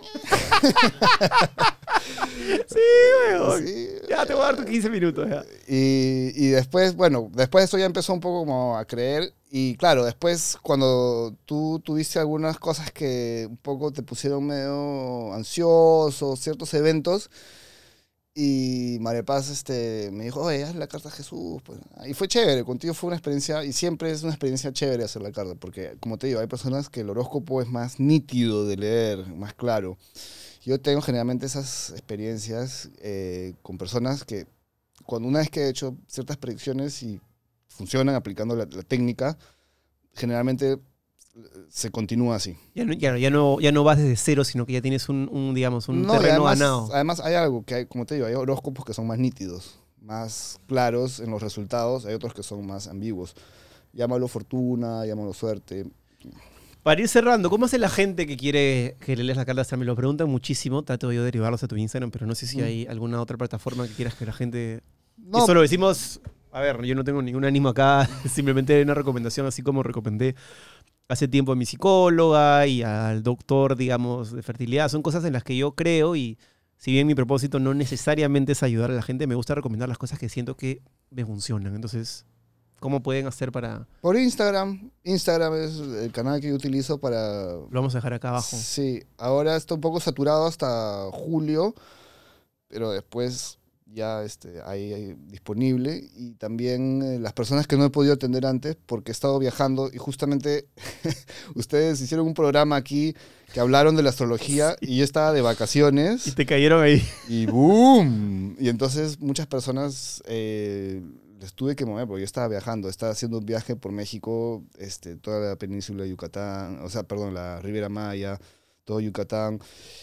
Sí, weón. Sí. Ya te voy a dar tus 15 minutos. Ya. Y después, bueno, después eso ya empezó un poco como a creer. Y claro, después cuando tú tuviste algunas cosas que un poco te pusieron medio ansioso, ciertos eventos, y María Paz me dijo, oye, haz la carta a Jesús. Pues. Y fue chévere, contigo fue una experiencia, y siempre es una experiencia chévere hacer la carta, porque como te digo, hay personas que el horóscopo es más nítido de leer, más claro. Yo tengo generalmente esas experiencias con personas que una vez que he hecho ciertas predicciones y funcionan aplicando la técnica, generalmente se continúa así. Ya no vas desde cero, sino que ya tienes un No, terreno ganado. Además hay algo que hay, como te digo, hay horóscopos que son más nítidos, más claros en los resultados, hay otros que son más ambiguos. Llámalo fortuna, llámalo suerte. Para ir cerrando, ¿cómo hace la gente que quiere que le leas la carta? Me lo preguntan muchísimo. Trato yo de derivarlos a tu Instagram, pero no sé si hay alguna otra plataforma que quieras que la gente... No. Eso lo decimos... A ver, yo no tengo ningún ánimo acá. Simplemente una recomendación, así como recomendé hace tiempo a mi psicóloga y al doctor, digamos, de fertilidad. Son cosas en las que yo creo y si bien mi propósito no necesariamente es ayudar a la gente, me gusta recomendar las cosas que siento que me funcionan. Entonces... ¿Cómo pueden hacer para...? Por Instagram. Instagram es el canal que yo utilizo para... Lo vamos a dejar acá abajo. Sí, ahora está un poco saturado hasta julio, pero después ya hay disponible. Y también las personas que no he podido atender antes porque he estado viajando y justamente ustedes hicieron un programa aquí que hablaron de la astrología y yo estaba de vacaciones. Y te cayeron ahí. Y ¡boom! Y entonces muchas personas... les tuve que mover porque yo estaba viajando, estaba haciendo un viaje por México, toda la península de Yucatán, la Riviera Maya, todo Yucatán,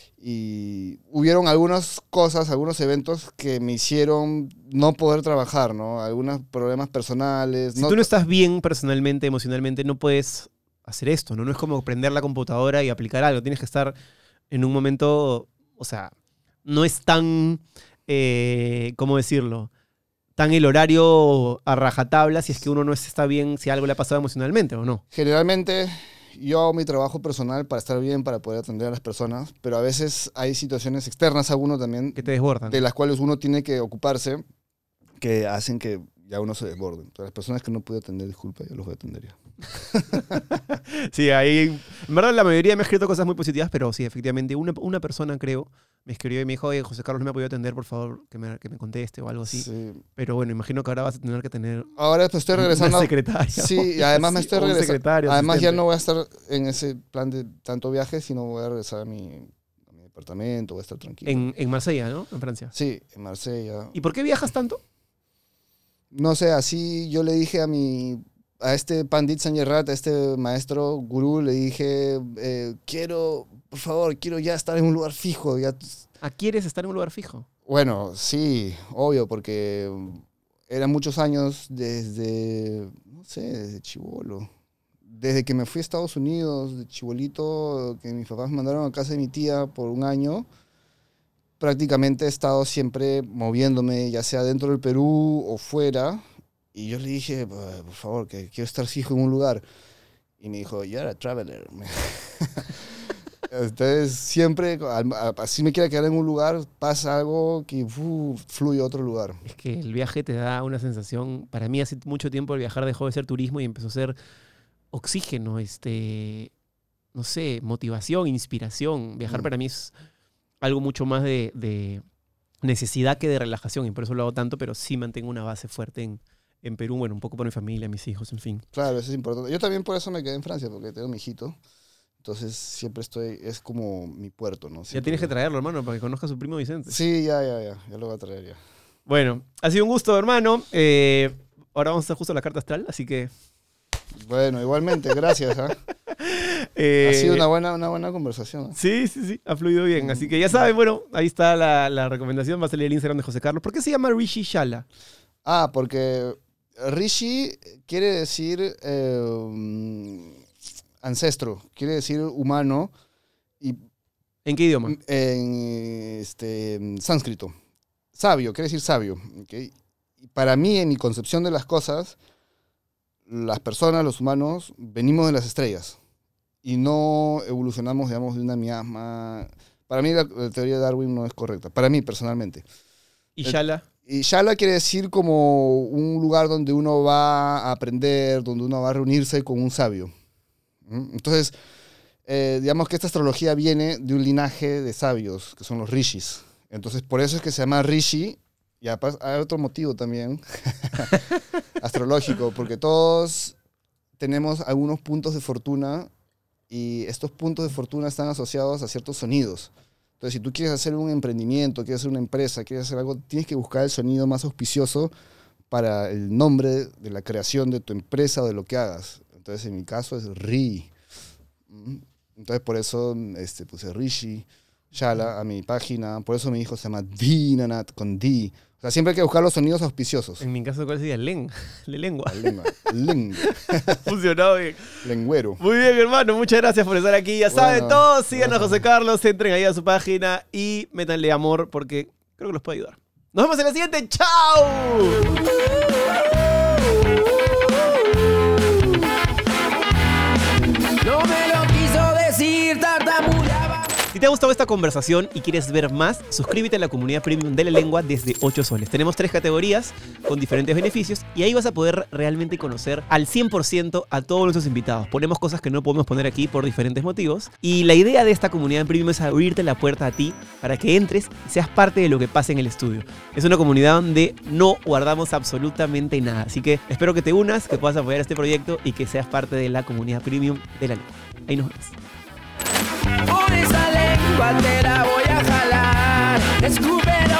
y hubieron algunas cosas, algunos eventos que me hicieron no poder trabajar, ¿no? Algunos problemas personales. Si tú no estás bien personalmente, emocionalmente, no puedes hacer esto, ¿no? No es como prender la computadora y aplicar algo, tienes que estar en un momento, o sea, no es tan, ¿cómo decirlo?, tan el horario a rajatabla si es que uno no está bien, si algo le ha pasado emocionalmente o no. Generalmente yo hago mi trabajo personal para estar bien, para poder atender a las personas, pero a veces hay situaciones externas a uno también Que te desbordan. de las cuales uno tiene que ocuparse que hacen que ya uno se desborde. Entonces, las personas que no pude atender, disculpa, yo los voy a atender ya. Sí, ahí, en verdad la mayoría me ha escrito cosas muy positivas, pero sí, efectivamente, una persona creo, me escribió y me dijo, oye, José Carlos no me ha podido atender, por favor, que me conteste o algo así. Sí. Pero bueno, imagino que ahora vas a tener que tener Ahora pues estoy regresando. una secretaria. Sí, y además me Sí, estoy o un regresando. secretario, Además ya asistente. no voy a estar en ese plan de tanto viaje, sino voy a regresar a mi departamento, voy a estar tranquilo. En Marsella, ¿no? En Francia. Sí, en Marsella. ¿Y por qué viajas tanto? No sé, así yo le dije a este Pandit Sanjerat, a este maestro gurú, le dije, por favor, quiero ya estar en un lugar fijo. Ya. ¿Quieres estar en un lugar fijo? Bueno, sí, obvio, porque eran muchos años desde, no sé, desde chibolo. Desde que me fui a Estados Unidos, de chibolito, que mis papás me mandaron a casa de mi tía por un año, prácticamente he estado siempre moviéndome, ya sea dentro del Perú o fuera. Y yo le dije, por favor, que quiero estar fijo en un lugar. Y me dijo, you're a traveler. Entonces, siempre, así me quiera quedar en un lugar, pasa algo que fluye a otro lugar. Es que el viaje te da una sensación. Para mí, hace mucho tiempo el viajar dejó de ser turismo y empezó a ser oxígeno, no sé, motivación, inspiración. Viajar para mí es algo mucho más de necesidad que de relajación, y por eso lo hago tanto, pero sí mantengo una base fuerte en Perú, bueno, un poco por mi familia, mis hijos, en fin. Claro, eso es importante. Yo también por eso me quedé en Francia, porque tengo mi hijito. Entonces siempre es como mi puerto, ¿no? Ya Siempre tienes que traerlo, hermano, para que conozca a su primo Vicente. Sí, ya lo voy a traer ya. Bueno, ha sido un gusto, hermano. Ahora vamos a hacer justo la carta astral, así que... Bueno, igualmente, gracias. Ha sido una buena conversación. Sí, ha fluido bien. Así que ya saben, bueno, ahí está la recomendación. Va a salir el Instagram de José Carlos. ¿Por qué se llama Rishi Shala? Porque Rishi quiere decir ancestro, quiere decir humano. Y ¿En qué idioma? en sánscrito. Sabio, quiere decir sabio. ¿Okay? Y para mí, en mi concepción de las cosas, las personas, los humanos, venimos de las estrellas y no evolucionamos, digamos, de una miasma. Para mí la teoría de Darwin no es correcta, para mí personalmente. ¿Y Shala? Y Shala quiere decir como un lugar donde uno va a aprender, donde uno va a reunirse con un sabio. Entonces, digamos que esta astrología viene de un linaje de sabios, que son los rishis. Entonces, por eso es que se llama Rishi. Y hay otro motivo también astrológico, porque todos tenemos algunos puntos de fortuna y estos puntos de fortuna están asociados a ciertos sonidos. Entonces, si tú quieres hacer un emprendimiento, quieres hacer una empresa, quieres hacer algo, tienes que buscar el sonido más auspicioso para el nombre de la creación de tu empresa o de lo que hagas. Entonces, en mi caso es Ri. Entonces, por eso puse Rishi Shala a mi página. Por eso mi hijo se llama Dinanat, con D. O sea, siempre hay que buscar los sonidos auspiciosos. En mi caso, ¿cuál sería? De lengua. Lengua. Funcionado bien. Lengüero. Muy bien, hermano. Muchas gracias por estar aquí. Ya saben, Bueno, todos sigan a gracias. José Carlos, entren ahí a su página y métanle amor porque creo que los puede ayudar. Nos vemos en la siguiente. ¡Chao! No me lo quiso decir, tartamudeaba. Si te ha gustado esta conversación y quieres ver más, suscríbete a la comunidad premium de La Lengua desde 8 soles. Tenemos 3 categorías con diferentes beneficios y ahí vas a poder realmente conocer al 100% a todos nuestros invitados. Ponemos cosas que no podemos poner aquí por diferentes motivos y la idea de esta comunidad premium es abrirte la puerta a ti para que entres y seas parte de lo que pasa en el estudio. Es una comunidad donde no guardamos absolutamente nada, así que espero que te unas, que puedas apoyar este proyecto y que seas parte de la comunidad premium de La Lengua. Ahí nos vemos. Por esa lengua te la voy a jalar. Escúpelo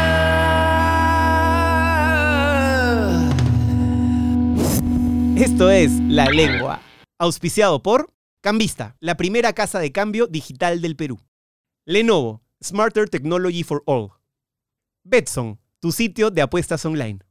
ya. Esto es La Lengua, auspiciado por Cambista, la primera casa de cambio digital del Perú. Lenovo, Smarter Technology for All. Betson, tu sitio de apuestas online.